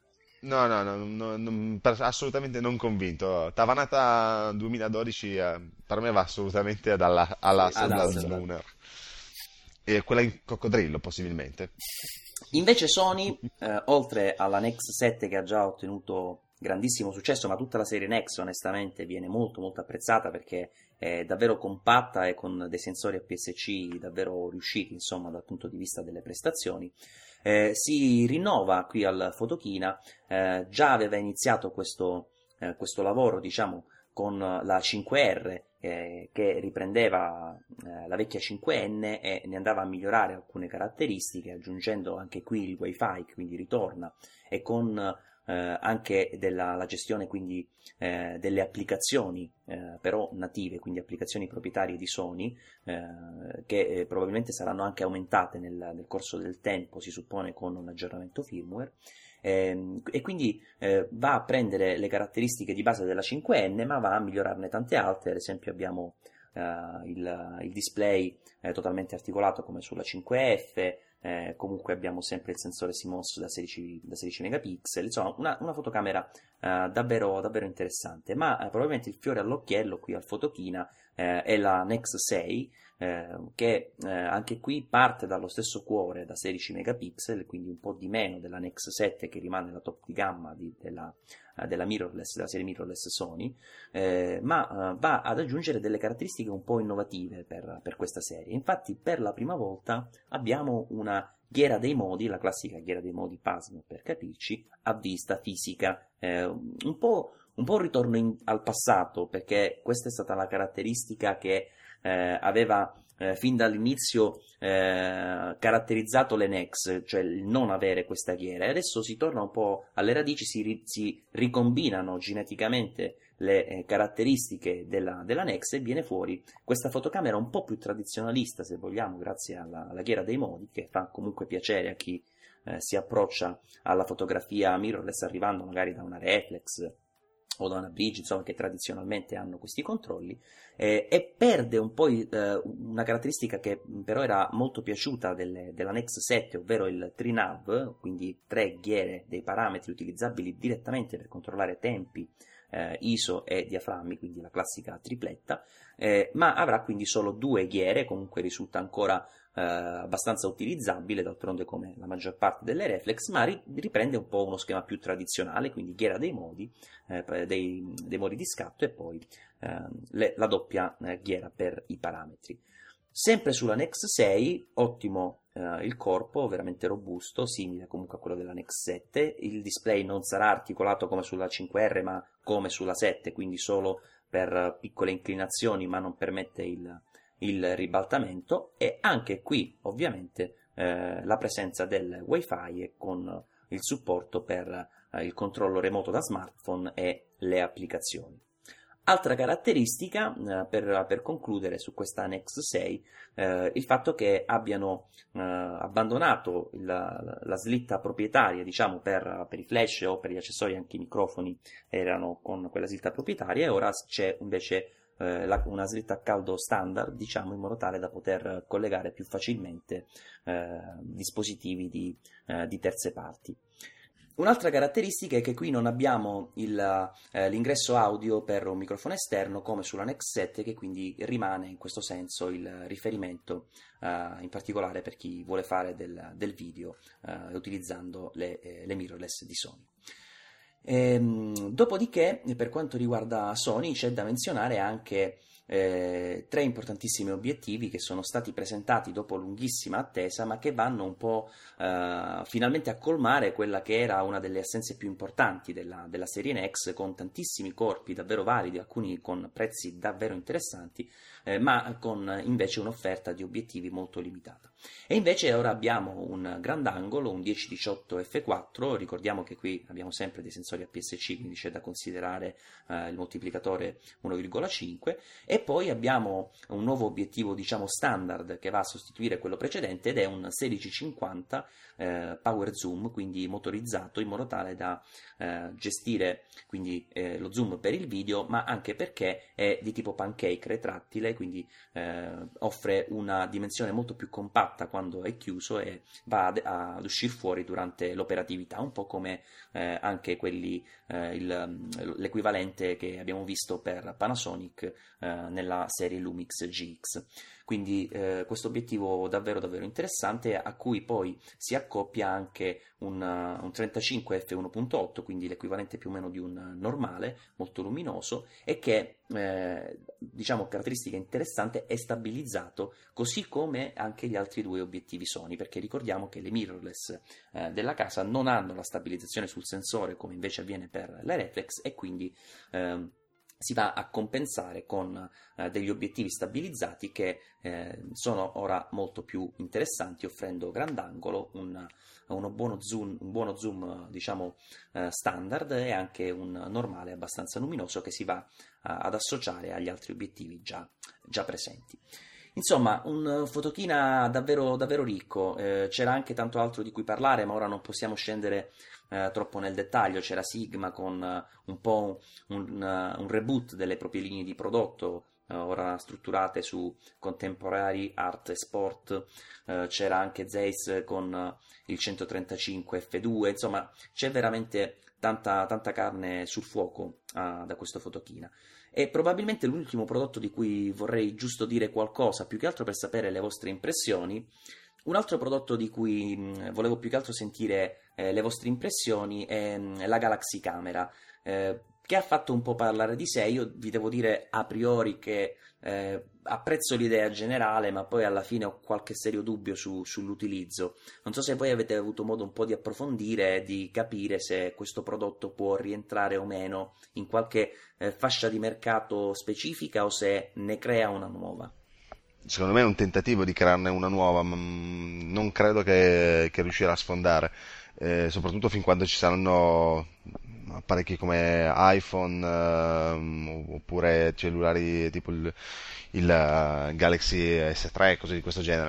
No, no, no, assolutamente non convinto. Tavanata 2012 per me va assolutamente alla Sì, ad Hasselblad Hasselblad. Spooner. E quella in coccodrillo, possibilmente. Invece Sony, oltre alla Nex 7 che ha già ottenuto grandissimo successo, ma tutta la serie Nex onestamente viene molto molto apprezzata perché è davvero compatta e con dei sensori APS-C davvero riusciti, insomma, dal punto di vista delle prestazioni. Si rinnova qui al Fotochina, già aveva iniziato questo lavoro, diciamo, con la 5R che riprendeva la vecchia 5N e ne andava a migliorare alcune caratteristiche, aggiungendo anche qui il Wi-Fi, quindi ritorna, e con anche la gestione quindi delle applicazioni però native, quindi applicazioni proprietarie di Sony, che probabilmente saranno anche aumentate nel corso del tempo, si suppone, con un aggiornamento firmware. E quindi va a prendere le caratteristiche di base della 5N, ma va a migliorarne tante altre. Ad esempio abbiamo il display totalmente articolato come sulla 5F, comunque abbiamo sempre il sensore CMOS da 16 megapixel, insomma una fotocamera davvero, davvero interessante, ma probabilmente il fiore all'occhiello qui al Fotochina è la Nex 6, che anche qui parte dallo stesso cuore, da 16 megapixel, quindi un po' di meno della Nex 7 che rimane la top di gamma della mirrorless, della serie mirrorless Sony, ma va ad aggiungere delle caratteristiche un po' innovative per questa serie. Infatti per la prima volta abbiamo una ghiera dei modi, la classica ghiera dei modi PASM per capirci, a vista fisica, un po' un ritorno al passato, perché questa è stata la caratteristica che aveva fin dall'inizio caratterizzato le Nex, cioè il non avere questa ghiera, e adesso si torna un po' alle radici, si ricombinano geneticamente le caratteristiche della Nex e viene fuori questa fotocamera un po' più tradizionalista, se vogliamo, grazie alla ghiera dei modi, che fa comunque piacere a chi si approccia alla fotografia mirrorless arrivando magari da una reflex o da una bridge, insomma, che tradizionalmente hanno questi controlli, e perde un po' una caratteristica che però era molto piaciuta della Nex 7, ovvero il TreeNav, quindi 3 ghiere dei parametri utilizzabili direttamente per controllare tempi, ISO e diaframmi, quindi la classica tripletta, ma avrà quindi solo 2 ghiere, comunque risulta ancora abbastanza utilizzabile, d'altronde come la maggior parte delle reflex, ma riprende un po' uno schema più tradizionale, quindi ghiera dei modi, dei modi di scatto e poi la doppia ghiera per i parametri. Sempre sulla Nex 6, ottimo il corpo, veramente robusto, simile comunque a quello della Nex 7. Il display non sarà articolato come sulla 5R, ma come sulla 7, quindi solo per piccole inclinazioni, ma non permette il ribaltamento. E anche qui, ovviamente, la presenza del Wi-Fi e con il supporto per il controllo remoto da smartphone e le applicazioni. Altra caratteristica, per concludere su questa Nex 6, il fatto che abbiano abbandonato la slitta proprietaria, diciamo, per i flash o per gli accessori, anche i microfoni erano con quella slitta proprietaria, e ora c'è invece una slitta a caldo standard, diciamo, in modo tale da poter collegare più facilmente dispositivi di terze parti. Un'altra caratteristica è che qui non abbiamo l'ingresso audio per un microfono esterno come sulla Nex 7, che quindi rimane in questo senso il riferimento in particolare per chi vuole fare del video utilizzando le mirrorless di Sony. Dopodiché, per quanto riguarda Sony, c'è da menzionare anche 3 importantissimi obiettivi che sono stati presentati dopo lunghissima attesa, ma che vanno un po' finalmente a colmare quella che era una delle assenze più importanti della serie Nex, con tantissimi corpi davvero validi, alcuni con prezzi davvero interessanti, ma con invece un'offerta di obiettivi molto limitata. E invece ora abbiamo un grandangolo, un 10-18 f4, ricordiamo che qui abbiamo sempre dei sensori APS-C, quindi c'è da considerare il moltiplicatore 1,5, e poi abbiamo un nuovo obiettivo, diciamo, standard, che va a sostituire quello precedente, ed è un 1650 power zoom, quindi motorizzato, in modo tale da gestire quindi lo zoom per il video, ma anche perché è di tipo pancake retrattile, normale, quindi offre una dimensione molto più compatta quando è chiuso e va ad uscire fuori durante l'operatività, un po' come anche l'equivalente che abbiamo visto per Panasonic nella serie Lumix GX. Quindi questo obiettivo davvero davvero interessante, a cui poi si accoppia anche un 35 f1.8, quindi l'equivalente più o meno di un normale, molto luminoso, e che diciamo caratteristica interessante è stabilizzato, così come anche gli altri due obiettivi Sony, perché ricordiamo che le mirrorless della casa non hanno la stabilizzazione sul sensore come invece avviene per le reflex, e quindi si va a compensare con degli obiettivi stabilizzati che sono ora molto più interessanti, offrendo grandangolo, un buono zoom diciamo standard, e anche un normale abbastanza luminoso che si va ad associare agli altri obiettivi già presenti. Insomma, un fotochina davvero, davvero ricco. C'era anche tanto altro di cui parlare, ma ora non possiamo scendere troppo nel dettaglio. C'era Sigma con un po' un reboot delle proprie linee di prodotto, ora strutturate su Contemporary Art e Sport. C'era anche Zeiss con il 135 F2, insomma c'è veramente tanta carne sul fuoco da questo fotochina. E probabilmente l'ultimo prodotto di cui vorrei giusto dire qualcosa, più che altro per sapere le vostre impressioni, un altro prodotto di cui volevo più che altro sentire le vostre impressioni è la Galaxy Camera, che ha fatto un po' parlare di sé. Io vi devo dire a priori che apprezzo l'idea generale, ma poi alla fine ho qualche serio dubbio sull'utilizzo. Non so se voi avete avuto modo un po' di approfondire e di capire se questo prodotto può rientrare o meno in qualche fascia di mercato specifica, o se ne crea una nuova. Secondo me è un tentativo di crearne una nuova, ma non credo che riuscirà a sfondare, soprattutto fin quando ci saranno apparecchi come iPhone oppure cellulari tipo il Galaxy S3, cose di questo genere.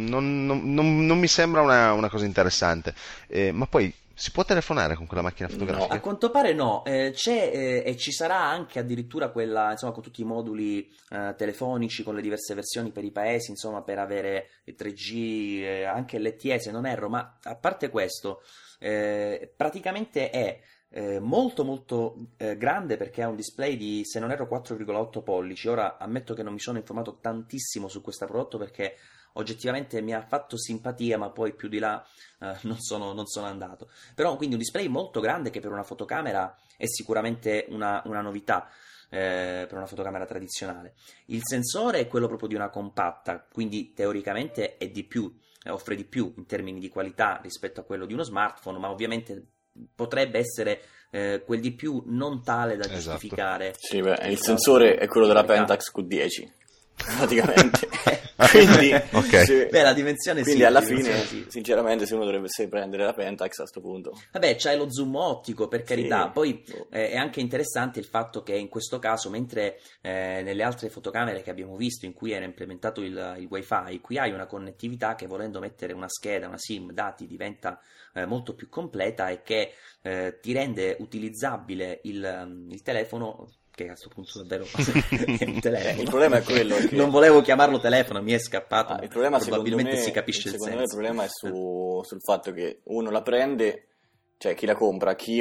Non mi sembra una cosa interessante, ma poi si può telefonare con quella macchina fotografica? A quanto pare no, c'è e ci sarà anche addirittura quella, insomma, con tutti i moduli telefonici, con le diverse versioni per i paesi, insomma, per avere il 3G, anche LTE se non erro, ma a parte questo, praticamente è molto molto grande, perché ha un display di, se non erro, 4,8 pollici. Ora ammetto che non mi sono informato tantissimo su questo prodotto, perché oggettivamente mi ha fatto simpatia, ma poi più di là non sono andato. Però quindi un display molto grande, che per una fotocamera è sicuramente una novità, per una fotocamera tradizionale. Il sensore è quello proprio di una compatta, quindi teoricamente è di più, offre di più in termini di qualità rispetto a quello di uno smartphone, ma ovviamente potrebbe essere quel di più non tale da giustificare. Sì, il sensore è quello della Pentax Q10 praticamente. Quindi, okay. La dimensione quindi sì, alla dimensione fine sì. Sinceramente, se uno dovrebbe prendere la Pentax a sto punto. Vabbè, c'hai lo zoom ottico, per carità. Sì. Poi è anche interessante il fatto che in questo caso, mentre nelle altre fotocamere che abbiamo visto in cui era implementato il Wi-Fi, qui hai una connettività che, volendo mettere una scheda, una SIM, dati, diventa molto più completa, e che ti rende utilizzabile il telefono, che a questo punto davvero è un telefono. Il problema è quello che... Non volevo chiamarlo telefono, mi è scappato. Il problema, probabilmente me, si capisce il senso. Secondo me il problema è sul fatto che uno la prende, cioè chi la compra, chi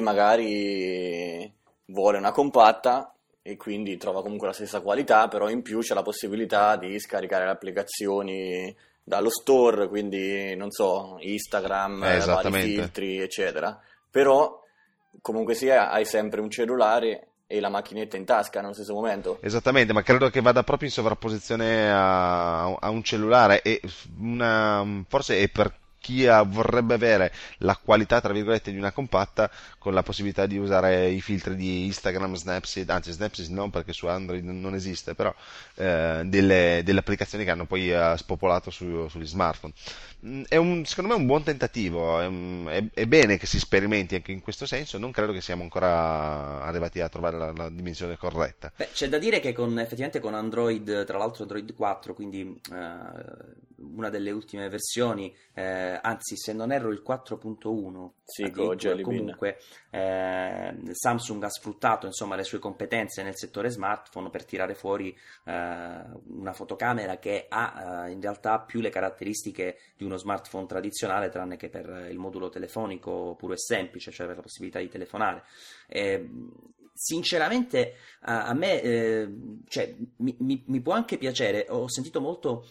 magari vuole una compatta e quindi trova comunque la stessa qualità, però in più c'è la possibilità di scaricare le applicazioni dallo store, quindi non so, Instagram, vari filtri, eccetera. Però comunque sia, hai sempre un cellulare e la macchinetta in tasca nello stesso momento. Esattamente, ma credo che vada proprio in sovrapposizione a un cellulare, e forse è per chi vorrebbe avere la qualità, tra virgolette, di una compatta, con la possibilità di usare i filtri di Instagram, Snapseed, anzi Snapseed no, perché su Android non esiste, però delle applicazioni che hanno poi spopolato sugli smartphone. Secondo me è un buon tentativo, è bene che si sperimenti anche in questo senso. Non credo che siamo ancora arrivati a trovare la dimensione corretta. Beh, c'è da dire che effettivamente con Android, tra l'altro Android 4, quindi una delle ultime versioni, anzi se non erro il 4.1, Sì, con Jelly Bean. comunque Samsung ha sfruttato insomma le sue competenze nel settore smartphone per tirare fuori una fotocamera che ha in realtà più le caratteristiche di uno smartphone tradizionale, tranne che per il modulo telefonico puro e semplice, cioè per la possibilità di telefonare. Sinceramente a me cioè, mi può anche piacere. Ho sentito molto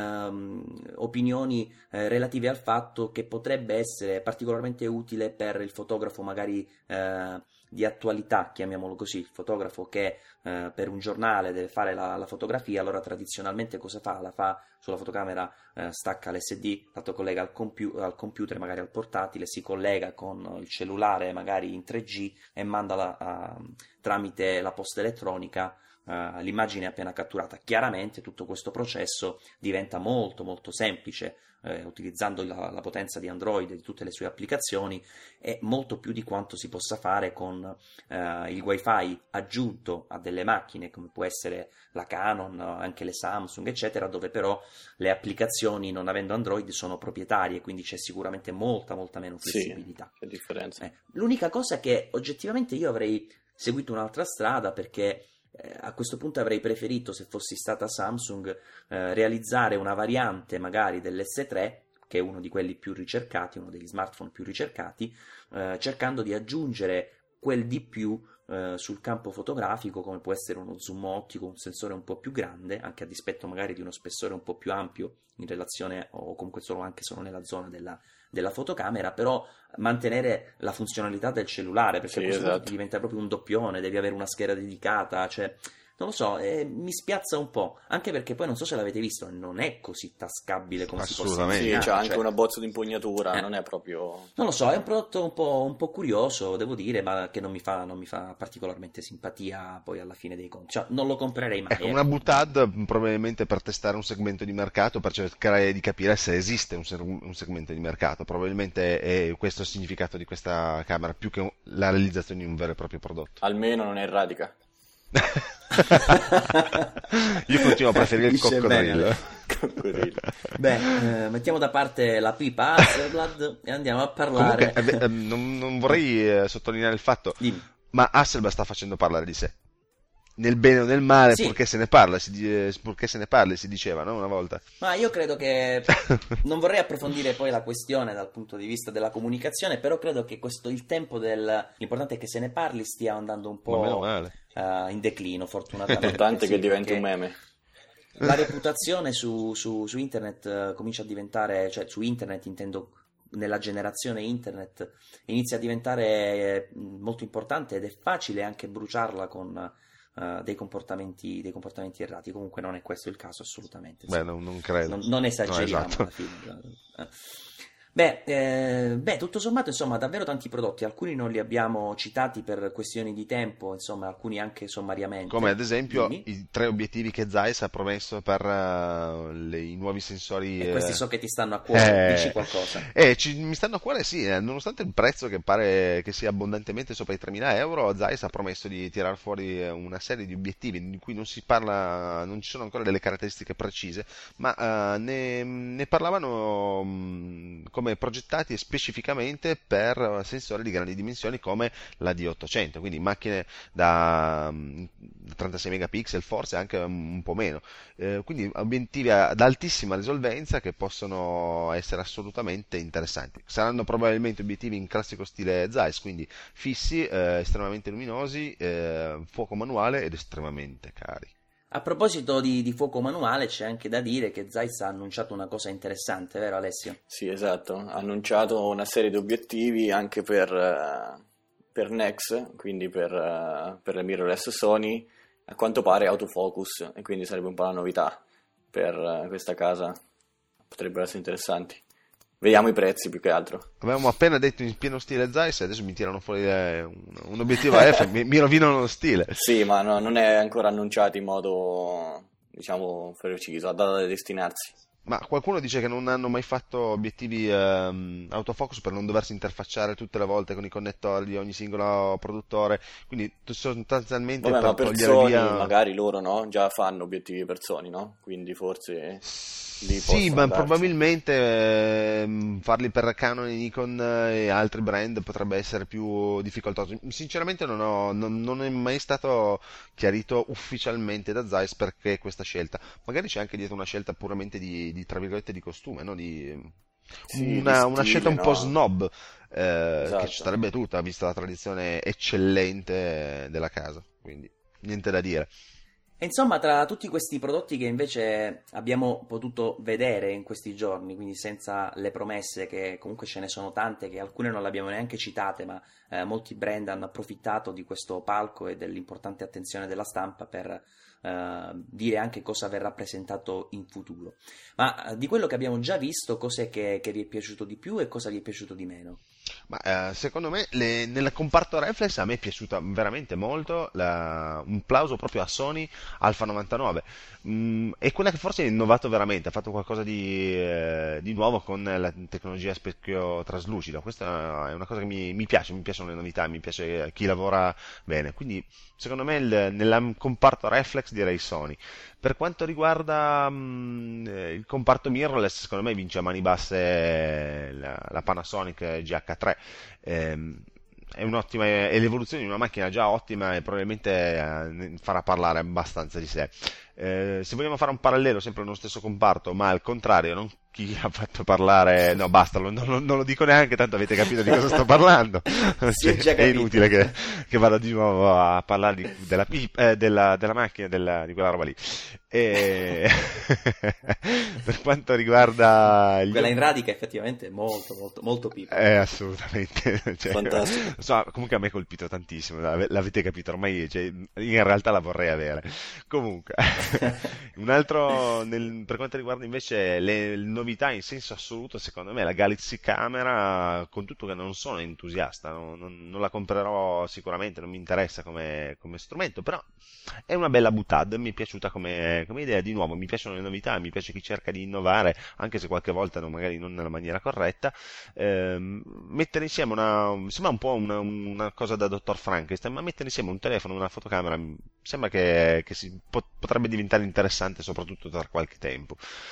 opinioni relative al fatto che potrebbe essere particolarmente utile per il fotografo magari di attualità, chiamiamolo così, il fotografo che per un giornale deve fare la fotografia. Allora tradizionalmente cosa fa? La fa sulla fotocamera, stacca l'SD, la collega al computer, magari al portatile, si collega con il cellulare magari in 3G e manda tramite la posta elettronica l'immagine appena catturata. Chiaramente tutto questo processo diventa molto molto semplice utilizzando la potenza di Android e di tutte le sue applicazioni, e molto più di quanto si possa fare con il Wi-Fi aggiunto a delle macchine come può essere la Canon, anche le Samsung eccetera, dove però le applicazioni, non avendo Android, sono proprietarie, quindi c'è sicuramente molta meno flessibilità. Sì, che differenza. L'unica cosa è che oggettivamente io avrei seguito un'altra strada, perché a questo punto avrei preferito, se fossi stata Samsung, realizzare una variante magari dell'S3, che è uno di quelli più ricercati, uno degli smartphone più ricercati, cercando di aggiungere quel di più sul campo fotografico, come può essere uno zoom ottico, un sensore un po' più grande, anche a dispetto magari di uno spessore un po' più ampio in relazione, o comunque anche solo nella zona della fotocamera, però mantenere la funzionalità del cellulare, perché Sì, poi esatto. diventa proprio un doppione, devi avere una scheda dedicata, cioè non lo so, mi spiazza un po', anche perché poi non so se l'avete visto, non è così tascabile come si possa Assolutamente. Sì, immaginare, c'ha anche cioè, una bozza di impugnatura, non è proprio... non lo so, è un prodotto un po' curioso, devo dire, ma che non mi fa particolarmente simpatia poi alla fine dei conti. Cioè, non lo comprerei mai. Ecco, una boutade probabilmente per testare un segmento di mercato, per cercare di capire se esiste un segmento di mercato. Probabilmente è questo il significato di questa camera, più che la realizzazione di un vero e proprio prodotto. Almeno non è in radica. Io continuo a preferire il Dice coccodrillo. Coccodrillo. Beh, mettiamo da parte la pipa Hasselblad e andiamo a parlare. Comunque, non vorrei sottolineare il fatto, Dimmi. ma Hasselblad sta facendo parlare di sé. Nel bene o nel male, Sì. purché se ne parli, si diceva, no? Una volta. Ma io credo che non vorrei approfondire poi la questione dal punto di vista della comunicazione, però credo che il tempo l'importante è che se ne parli stia andando un Ma meno po' male. in declino, fortunatamente. L'importante è Sì, che diventi perché un meme. la reputazione su internet comincia a diventare, cioè su internet intendo nella generazione internet, inizia a diventare molto importante, ed è facile anche bruciarla con dei comportamenti errati. Comunque non è questo il caso assolutamente. Beh, non credo. Non esageriamo, No, esatto. alla fine. Beh, tutto sommato, insomma, davvero tanti prodotti. Alcuni non li abbiamo citati per questioni di tempo, insomma, alcuni anche sommariamente. Come ad esempio Dimmi. i 3 obiettivi che Zeiss ha promesso per i nuovi sensori. E questi so che ti stanno a cuore, dici qualcosa. Mi stanno a cuore, sì, nonostante il prezzo che pare che sia abbondantemente sopra i 3.000 euro, Zeiss ha promesso di tirar fuori una serie di obiettivi di cui non si parla, non ci sono ancora delle caratteristiche precise, ma ne parlavano come progettati specificamente per sensori di grandi dimensioni come la D800, quindi macchine da 36 megapixel, forse anche un po' meno, quindi obiettivi ad altissima risolvenza che possono essere assolutamente interessanti. Saranno probabilmente obiettivi in classico stile Zeiss, quindi fissi, estremamente luminosi, fuoco manuale ed estremamente cari. A proposito di fuoco manuale, c'è anche da dire che Zeiss ha annunciato una cosa interessante, vero Alessio? Sì, esatto. Ha annunciato una serie di obiettivi anche per NEX, quindi per le mirrorless Sony, a quanto pare autofocus, e quindi sarebbe un po' la novità per questa casa. Potrebbero essere interessanti. Vediamo i prezzi più che altro. Avevamo appena detto in pieno stile Zeiss e adesso mi tirano fuori un obiettivo a F, mi rovinano lo stile. Sì, ma non è ancora annunciato in modo, diciamo, preciso, a data da destinarsi. Ma qualcuno dice che non hanno mai fatto obiettivi autofocus per non doversi interfacciare tutte le volte con i connettori di ogni singolo produttore, quindi sostanzialmente Vabbè, ma per per togliere Sony via... magari loro, no? Già fanno obiettivi per Sony, no? Quindi forse lì Sì, possono ma darsi. probabilmente farli per Canon e Nikon e altri brand potrebbe essere più difficoltoso. Sinceramente non è mai stato chiarito ufficialmente da Zeiss perché questa scelta. Magari c'è anche dietro una scelta puramente tra virgolette, di costume, no? Sì, di Una scelta stile, un po' no? snob, che ci Esatto. starebbe tutta, vista la tradizione eccellente della casa. Quindi, niente da dire. E insomma, tra tutti questi prodotti che invece abbiamo potuto vedere in questi giorni, quindi senza le promesse, che comunque ce ne sono tante, che alcune non le abbiamo neanche citate, ma molti brand hanno approfittato di questo palco e dell'importante attenzione della stampa per dire anche cosa verrà presentato in futuro. Ma di quello che abbiamo già visto, cos'è che vi è piaciuto di più e cosa vi è piaciuto di meno? Ma secondo me nel comparto reflex a me è piaciuta veramente molto un plauso proprio a Sony Alpha 99. È quella che forse ha innovato veramente, ha fatto qualcosa di nuovo con la tecnologia a specchio traslucido. Questa è una cosa che mi piace, mi piacciono le novità, mi piace chi lavora bene. Quindi secondo me nel comparto reflex direi Sony. Per quanto riguarda il comparto mirrorless, secondo me vince a mani basse la Panasonic GH3. È un'ottima, è l'evoluzione di una macchina già ottima e probabilmente farà parlare abbastanza di sé. Se vogliamo fare un parallelo sempre nello stesso comparto, ma al contrario, non chi ha fatto parlare, no, basta, non lo dico neanche, tanto avete capito di cosa sto parlando. Si è già È capito. inutile che vada di nuovo a parlare della macchina, di quella roba lì. E per quanto riguarda gli Quella in radica effettivamente è molto, molto, molto pipa. assolutamente, cioè, Fantastico. so, comunque a me ha colpito tantissimo, l'avete capito, ormai cioè, in realtà la vorrei avere. Comunque, un altro per quanto riguarda invece le novità in senso assoluto, secondo me la Galaxy Camera, con tutto che non sono entusiasta, non la comprerò sicuramente, non mi interessa come strumento, però è una bella butad, mi è piaciuta come idea, di nuovo mi piacciono le novità, mi piace chi cerca di innovare, anche se qualche volta magari non nella maniera corretta. Mettere insieme sembra un po' una cosa da Dottor Frankenstein, ma mettere insieme un telefono e una fotocamera sembra che potrebbe diventare interessante soprattutto tra qualche tempo.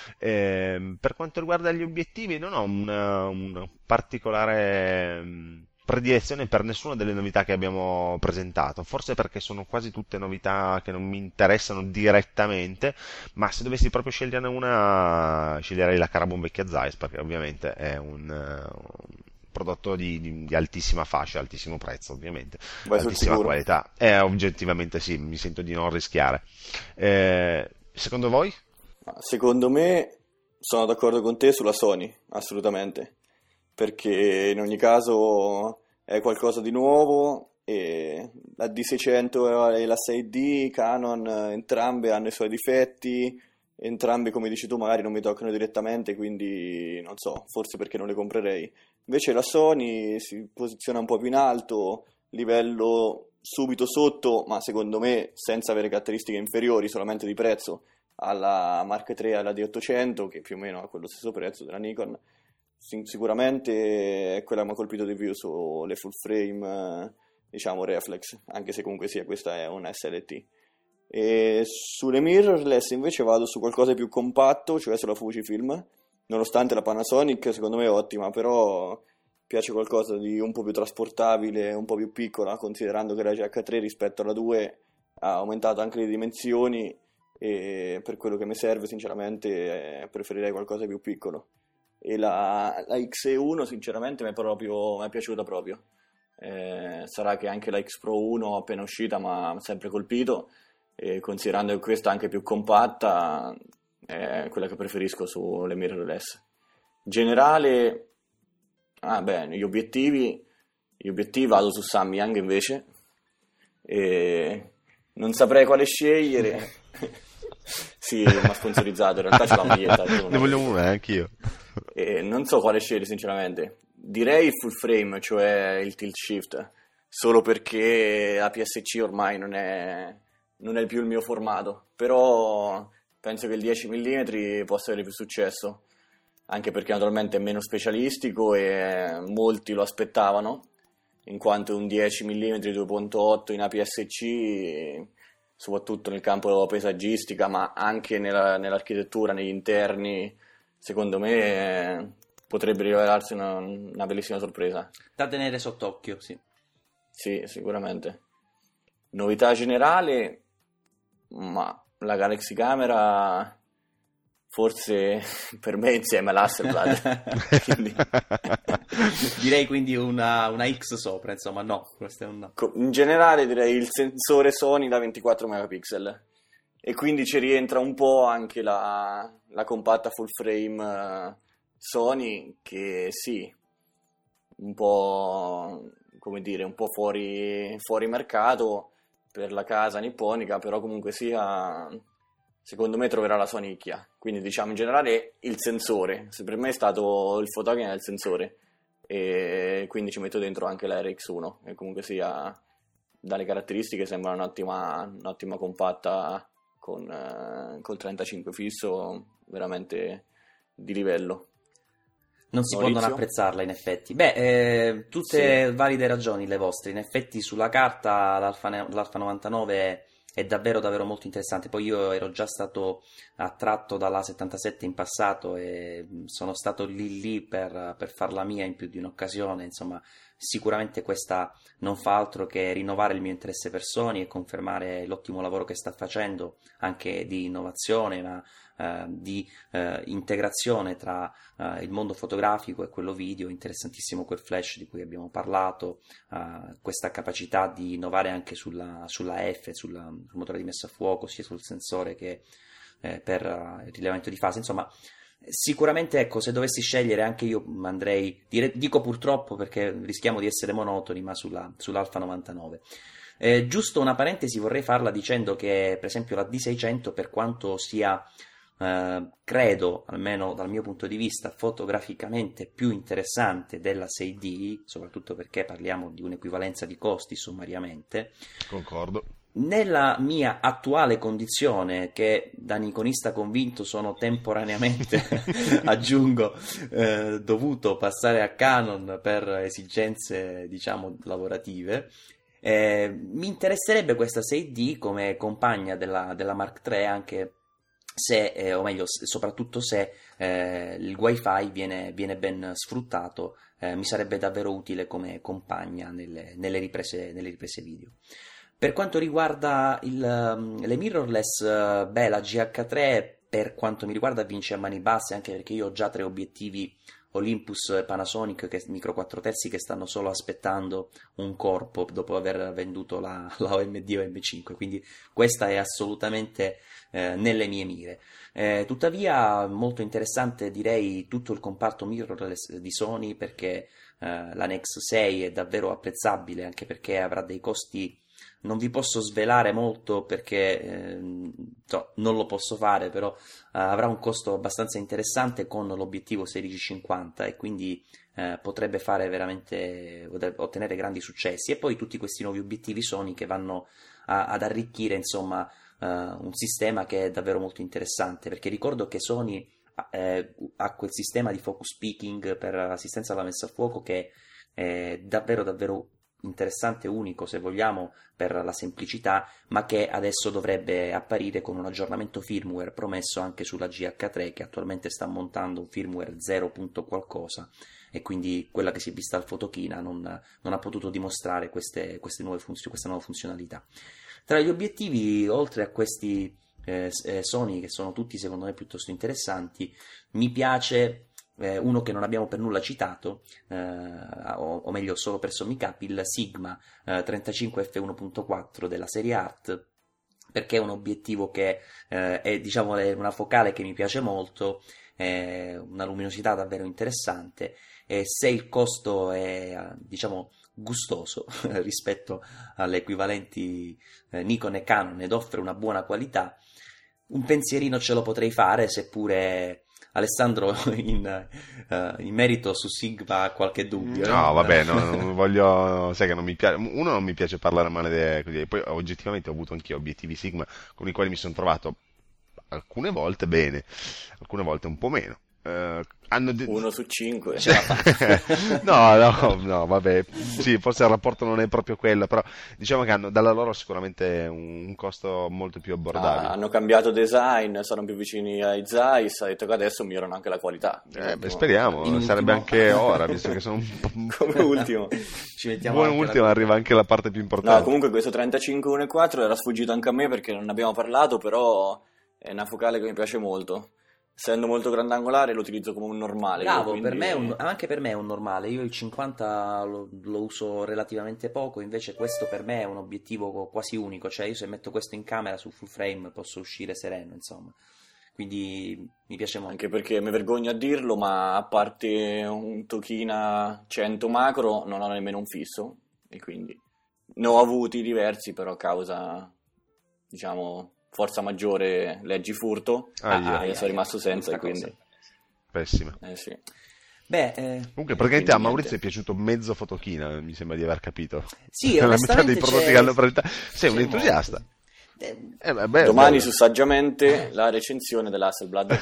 Per quanto riguarda gli obiettivi non ho una particolare predilezione per nessuna delle novità che abbiamo presentato, forse perché sono quasi tutte novità che non mi interessano direttamente, ma se dovessi proprio sceglierne una, sceglierei la Carabon vecchia Zeiss, perché ovviamente è un prodotto di altissima fascia, altissimo prezzo, ovviamente, Vai sul altissima sicuro. qualità. Oggettivamente sì, mi sento di non rischiare. Secondo voi? Ma secondo me sono d'accordo con te sulla Sony, assolutamente, perché in ogni caso è qualcosa di nuovo e la D600 e la 6D Canon entrambe hanno i suoi difetti, entrambe come dici tu magari non mi toccano direttamente, quindi non so, forse perché non le comprerei. Invece la Sony si posiziona un po' più in alto, livello subito sotto, ma secondo me senza avere caratteristiche inferiori, solamente di prezzo alla Mark III e alla D800, che più o meno ha quello stesso prezzo della Nikon. Sicuramente è quella che mi ha colpito di più sulle full frame, diciamo reflex, anche se comunque sia questa è una SLT. E sulle mirrorless invece vado su qualcosa di più compatto, cioè sulla Fujifilm, nonostante la Panasonic secondo me è ottima, però piace qualcosa di un po' più trasportabile, un po' più piccola, considerando che la GH3 rispetto alla 2 ha aumentato anche le dimensioni e per quello che mi serve sinceramente preferirei qualcosa di più piccolo. E la XE1 sinceramente mi è piaciuta proprio. Sarà che anche la X Pro 1 appena uscita mi ha sempre colpito e considerando che questa è anche più compatta è quella che preferisco sulle mirrorless. Generale, gli obiettivi vado su Samyang invece e non saprei quale scegliere. Sì, mi ha sponsorizzato, in realtà c'è la maglietta, tu non Ne hai voglio visto. una, anch'io. E non so quale scegliere sinceramente. Direi il full frame, cioè il tilt shift, solo perché la PSC ormai non è più il mio formato, però penso che il 10 mm possa avere più successo, anche perché naturalmente è meno specialistico e molti lo aspettavano, in quanto un 10 mm 2.8 in APS-C, soprattutto nel campo paesaggistica, ma anche nell'architettura, negli interni, secondo me potrebbe rivelarsi una bellissima sorpresa. Da tenere sott'occhio, sì. Sì, sicuramente. Novità generale, ma la Galaxy Camera forse per me insieme all'Hasselblad. Quindi... direi quindi una X sopra, insomma, no, questo è un no. In generale direi il sensore Sony da 24 megapixel e quindi ci rientra un po' anche la compatta full frame Sony, che sì, un po', come dire, un po' fuori mercato per la casa nipponica, però comunque sia, secondo me troverà la sua nicchia. Quindi diciamo in generale il sensore, se per me è stato il fotogramma del sensore, e quindi ci metto dentro anche la RX1, che comunque sia dalle caratteristiche sembra un'ottima compatta col 35 fisso, veramente di livello. Non si può non apprezzarla, in effetti. Tutte Sì. valide ragioni le vostre. In effetti sulla carta l'Alfa 99 è davvero davvero molto interessante. Poi io ero già stato attratto dalla 77 in passato e sono stato lì per farla mia in più di un'occasione. Insomma, sicuramente questa non fa altro che rinnovare il mio interesse per Sony e confermare l'ottimo lavoro che sta facendo, anche di innovazione, ma di integrazione tra il mondo fotografico e quello video. Interessantissimo quel flash di cui abbiamo parlato, questa capacità di innovare anche sulla F, sul motore di messa a fuoco, sia sul sensore che per il rilevamento di fase. Insomma, sicuramente, ecco, se dovessi scegliere anche io andrei, dico purtroppo perché rischiamo di essere monotoni, ma sull'Alfa 99. Giusto una parentesi vorrei farla dicendo che per esempio la D600, per quanto sia credo, almeno dal mio punto di vista, fotograficamente più interessante della 6D, soprattutto perché parliamo di un'equivalenza di costi sommariamente, concordo. Nella mia attuale condizione, che da nikonista convinto sono temporaneamente, aggiungo, dovuto passare a Canon per esigenze, diciamo, lavorative, mi interesserebbe questa 6D come compagna della Mark III, anche se, o meglio, soprattutto se il Wi-Fi viene ben sfruttato, mi sarebbe davvero utile come compagna nelle riprese video. Per quanto riguarda le mirrorless, la GH3 per quanto mi riguarda vince a mani basse, anche perché io ho già 3 obiettivi Olympus e Panasonic micro 4 terzi che stanno solo aspettando un corpo dopo aver venduto la OMD OM5, quindi questa è assolutamente nelle mie mire. Tuttavia molto interessante direi tutto il comparto mirrorless di Sony, perché la Nex 6 è davvero apprezzabile, anche perché avrà dei costi. Non vi posso svelare molto perché non lo posso fare, però avrà un costo abbastanza interessante con l'obiettivo 16-50 e quindi potrebbe fare veramente, ottenere grandi successi. E poi tutti questi nuovi obiettivi Sony che vanno ad arricchire, insomma, un sistema che è davvero molto interessante, perché ricordo che Sony ha quel sistema di focus peaking per assistenza alla messa a fuoco che è davvero davvero interessante, unico se vogliamo per la semplicità, ma che adesso dovrebbe apparire con un aggiornamento firmware promesso anche sulla GH3, che attualmente sta montando un firmware 0. qualcosa, e quindi quella che si è vista al Fotochina non ha potuto dimostrare questa nuova funzionalità. Tra gli obiettivi, oltre a questi Sony, che sono tutti secondo me piuttosto interessanti, mi piace uno che non abbiamo per nulla citato, o meglio solo per sommi capi, il Sigma 35F1.4 della serie Art, perché è un obiettivo che è, diciamo, è una focale che mi piace molto, una luminosità davvero interessante, e se il costo è, diciamo, gustoso rispetto alle equivalenti Nikon e Canon ed offre una buona qualità, un pensierino ce lo potrei fare, seppure Alessandro in merito su Sigma ha qualche dubbio. No, vabbè, non voglio, sai che non mi piace, non mi piace parlare male così, poi oggettivamente ho avuto anch'io obiettivi Sigma con i quali mi sono trovato alcune volte bene, alcune volte un po' meno. Uno su 5. No, vabbè, sì, forse il rapporto non è proprio quello, però diciamo che hanno dalla loro sicuramente un costo molto più abbordabile. Hanno cambiato design, sono più vicini ai Zeiss, ha detto che adesso migliorano anche la qualità. Speriamo, sarebbe anche ora, visto che sono un po'... Come ultimo. Ci mettiamo Buon anche ultimo, arriva anche la parte più importante. No, comunque questo 35-1.4 era sfuggito anche a me perché non ne abbiamo parlato, però è una focale che mi piace molto. Essendo molto grandangolare lo utilizzo come un normale. Bravo, quindi... anche per me è un normale. Io il 50 lo uso relativamente poco, invece questo per me è un obiettivo quasi unico, cioè io se metto questo in camera su full frame posso uscire sereno, insomma. Quindi mi piace molto. Anche perché mi vergogno a dirlo, ma a parte un Tokina 100 macro non ho nemmeno un fisso, e quindi ne ho avuti diversi, però causa, diciamo, forza maggiore leggi furto, e sono rimasto senza, e quindi... Pessima. Sì. Comunque praticamente a Maurizio è piaciuto mezzo Fotokina, mi sembra di aver capito. Sì, la metà dei prodotti che hanno presentato. Sei un c'è entusiasta. Domani su Saggiamente la recensione dell'Hasselblad.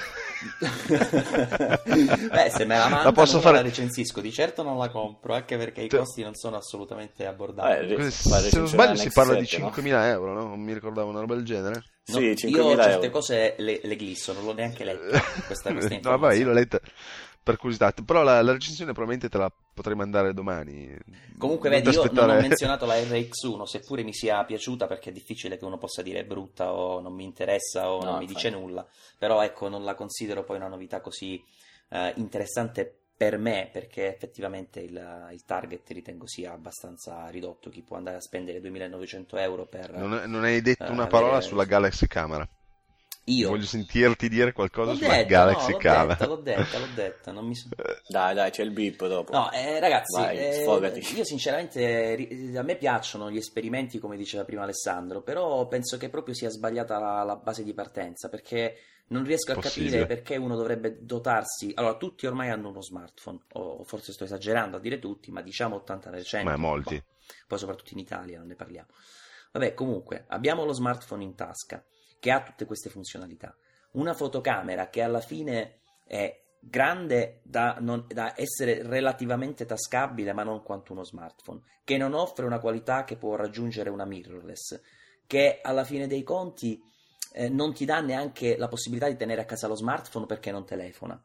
Se me la manda posso non fare... la recensisco, di certo non la compro, anche perché i costi non sono assolutamente abbordabili. Se non sbaglio si parla di 7, 5.000 euro, no? Non mi ricordavo una roba del genere. No, sì, 5.000 io certe euro. cose le glisso, non l'ho neanche letta questa informazione. No, vabbè, io l'ho letta per curiosità, però la recensione probabilmente te la potrei mandare domani. Comunque vedi, io non ho menzionato la RX1, seppure mi sia piaciuta, perché è difficile che uno possa dire è brutta o non mi interessa o non mi dice nulla, però ecco, non la considero poi una novità così interessante per me, perché effettivamente il target ritengo sia abbastanza ridotto. Chi può andare a spendere 2.900 euro per... Non hai detto una parola sulla Galaxy Camera. Io voglio sentirti dire qualcosa sulla Galaxy Camera. L'ho detta, non mi sono... Dai, c'è il beep dopo. No, ragazzi, vai, sfogati. Io sinceramente, a me piacciono gli esperimenti, come diceva prima Alessandro, però penso che proprio sia sbagliata la base di partenza, perché non riesco a capire perché uno dovrebbe dotarsi... Allora, tutti ormai hanno uno smartphone, o forse sto esagerando a dire tutti, ma diciamo 80%. Ma molti. Poi soprattutto in Italia non ne parliamo. Vabbè, comunque, abbiamo lo smartphone in tasca, che ha tutte queste funzionalità. Una fotocamera che alla fine è grande da essere relativamente tascabile, ma non quanto uno smartphone, che non offre una qualità che può raggiungere una mirrorless, che alla fine dei conti non ti dà neanche la possibilità di tenere a casa lo smartphone perché non telefona.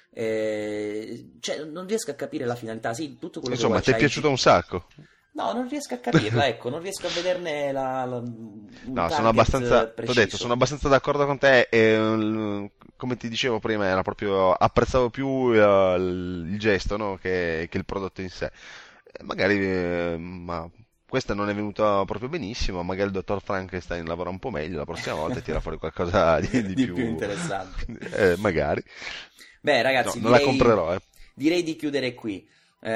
Cioè, non riesco a capire la finalità. Sì, tutto quello insomma, che ti è piaciuto un sacco? No, non riesco a capirla, ecco, non riesco a vederne No, sono abbastanza d'accordo con te, e come ti dicevo prima, era proprio apprezzavo più il gesto, no, che il prodotto in sé. Magari ma questa non è venuta proprio benissimo, magari il dottor Frankenstein lavora un po' meglio la prossima volta e tira fuori qualcosa di più interessante. Magari. Beh, ragazzi, non la comprerò. Direi di chiudere qui.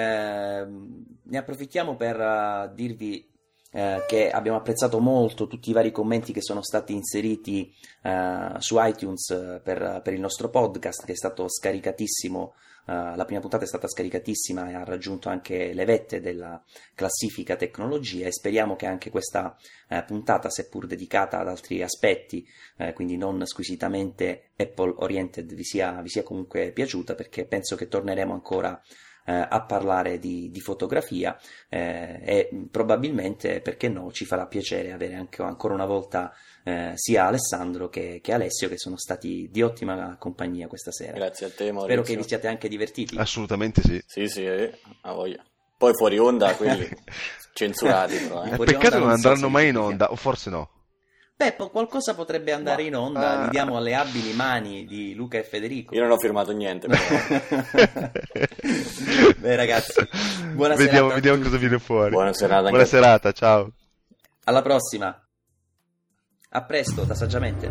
Ne approfittiamo per dirvi che abbiamo apprezzato molto tutti i vari commenti che sono stati inseriti su iTunes per il nostro podcast, che è stato scaricatissimo. La prima puntata è stata scaricatissima e ha raggiunto anche le vette della classifica tecnologia, e speriamo che anche questa puntata, seppur dedicata ad altri aspetti, quindi non squisitamente Apple oriented, vi sia comunque piaciuta, perché penso che torneremo ancora a parlare di fotografia, e probabilmente, perché no, ci farà piacere avere anche ancora una volta sia Alessandro che Alessio, che sono stati di ottima compagnia questa sera. Grazie a te, Maurizio. Spero che vi siate anche divertiti. Assolutamente sì. Sì, a voglia. Poi fuori onda, quelli censurati però. Peccato che non andranno mai in onda, o forse no. Beh, qualcosa potrebbe andare in onda, li diamo alle abili mani di Luca e Federico. Io non ho firmato niente, però. Beh, ragazzi, buona serata. Vediamo cosa viene fuori. Buona serata. Buona serata, ciao. Alla prossima. A presto, da Saggiamente.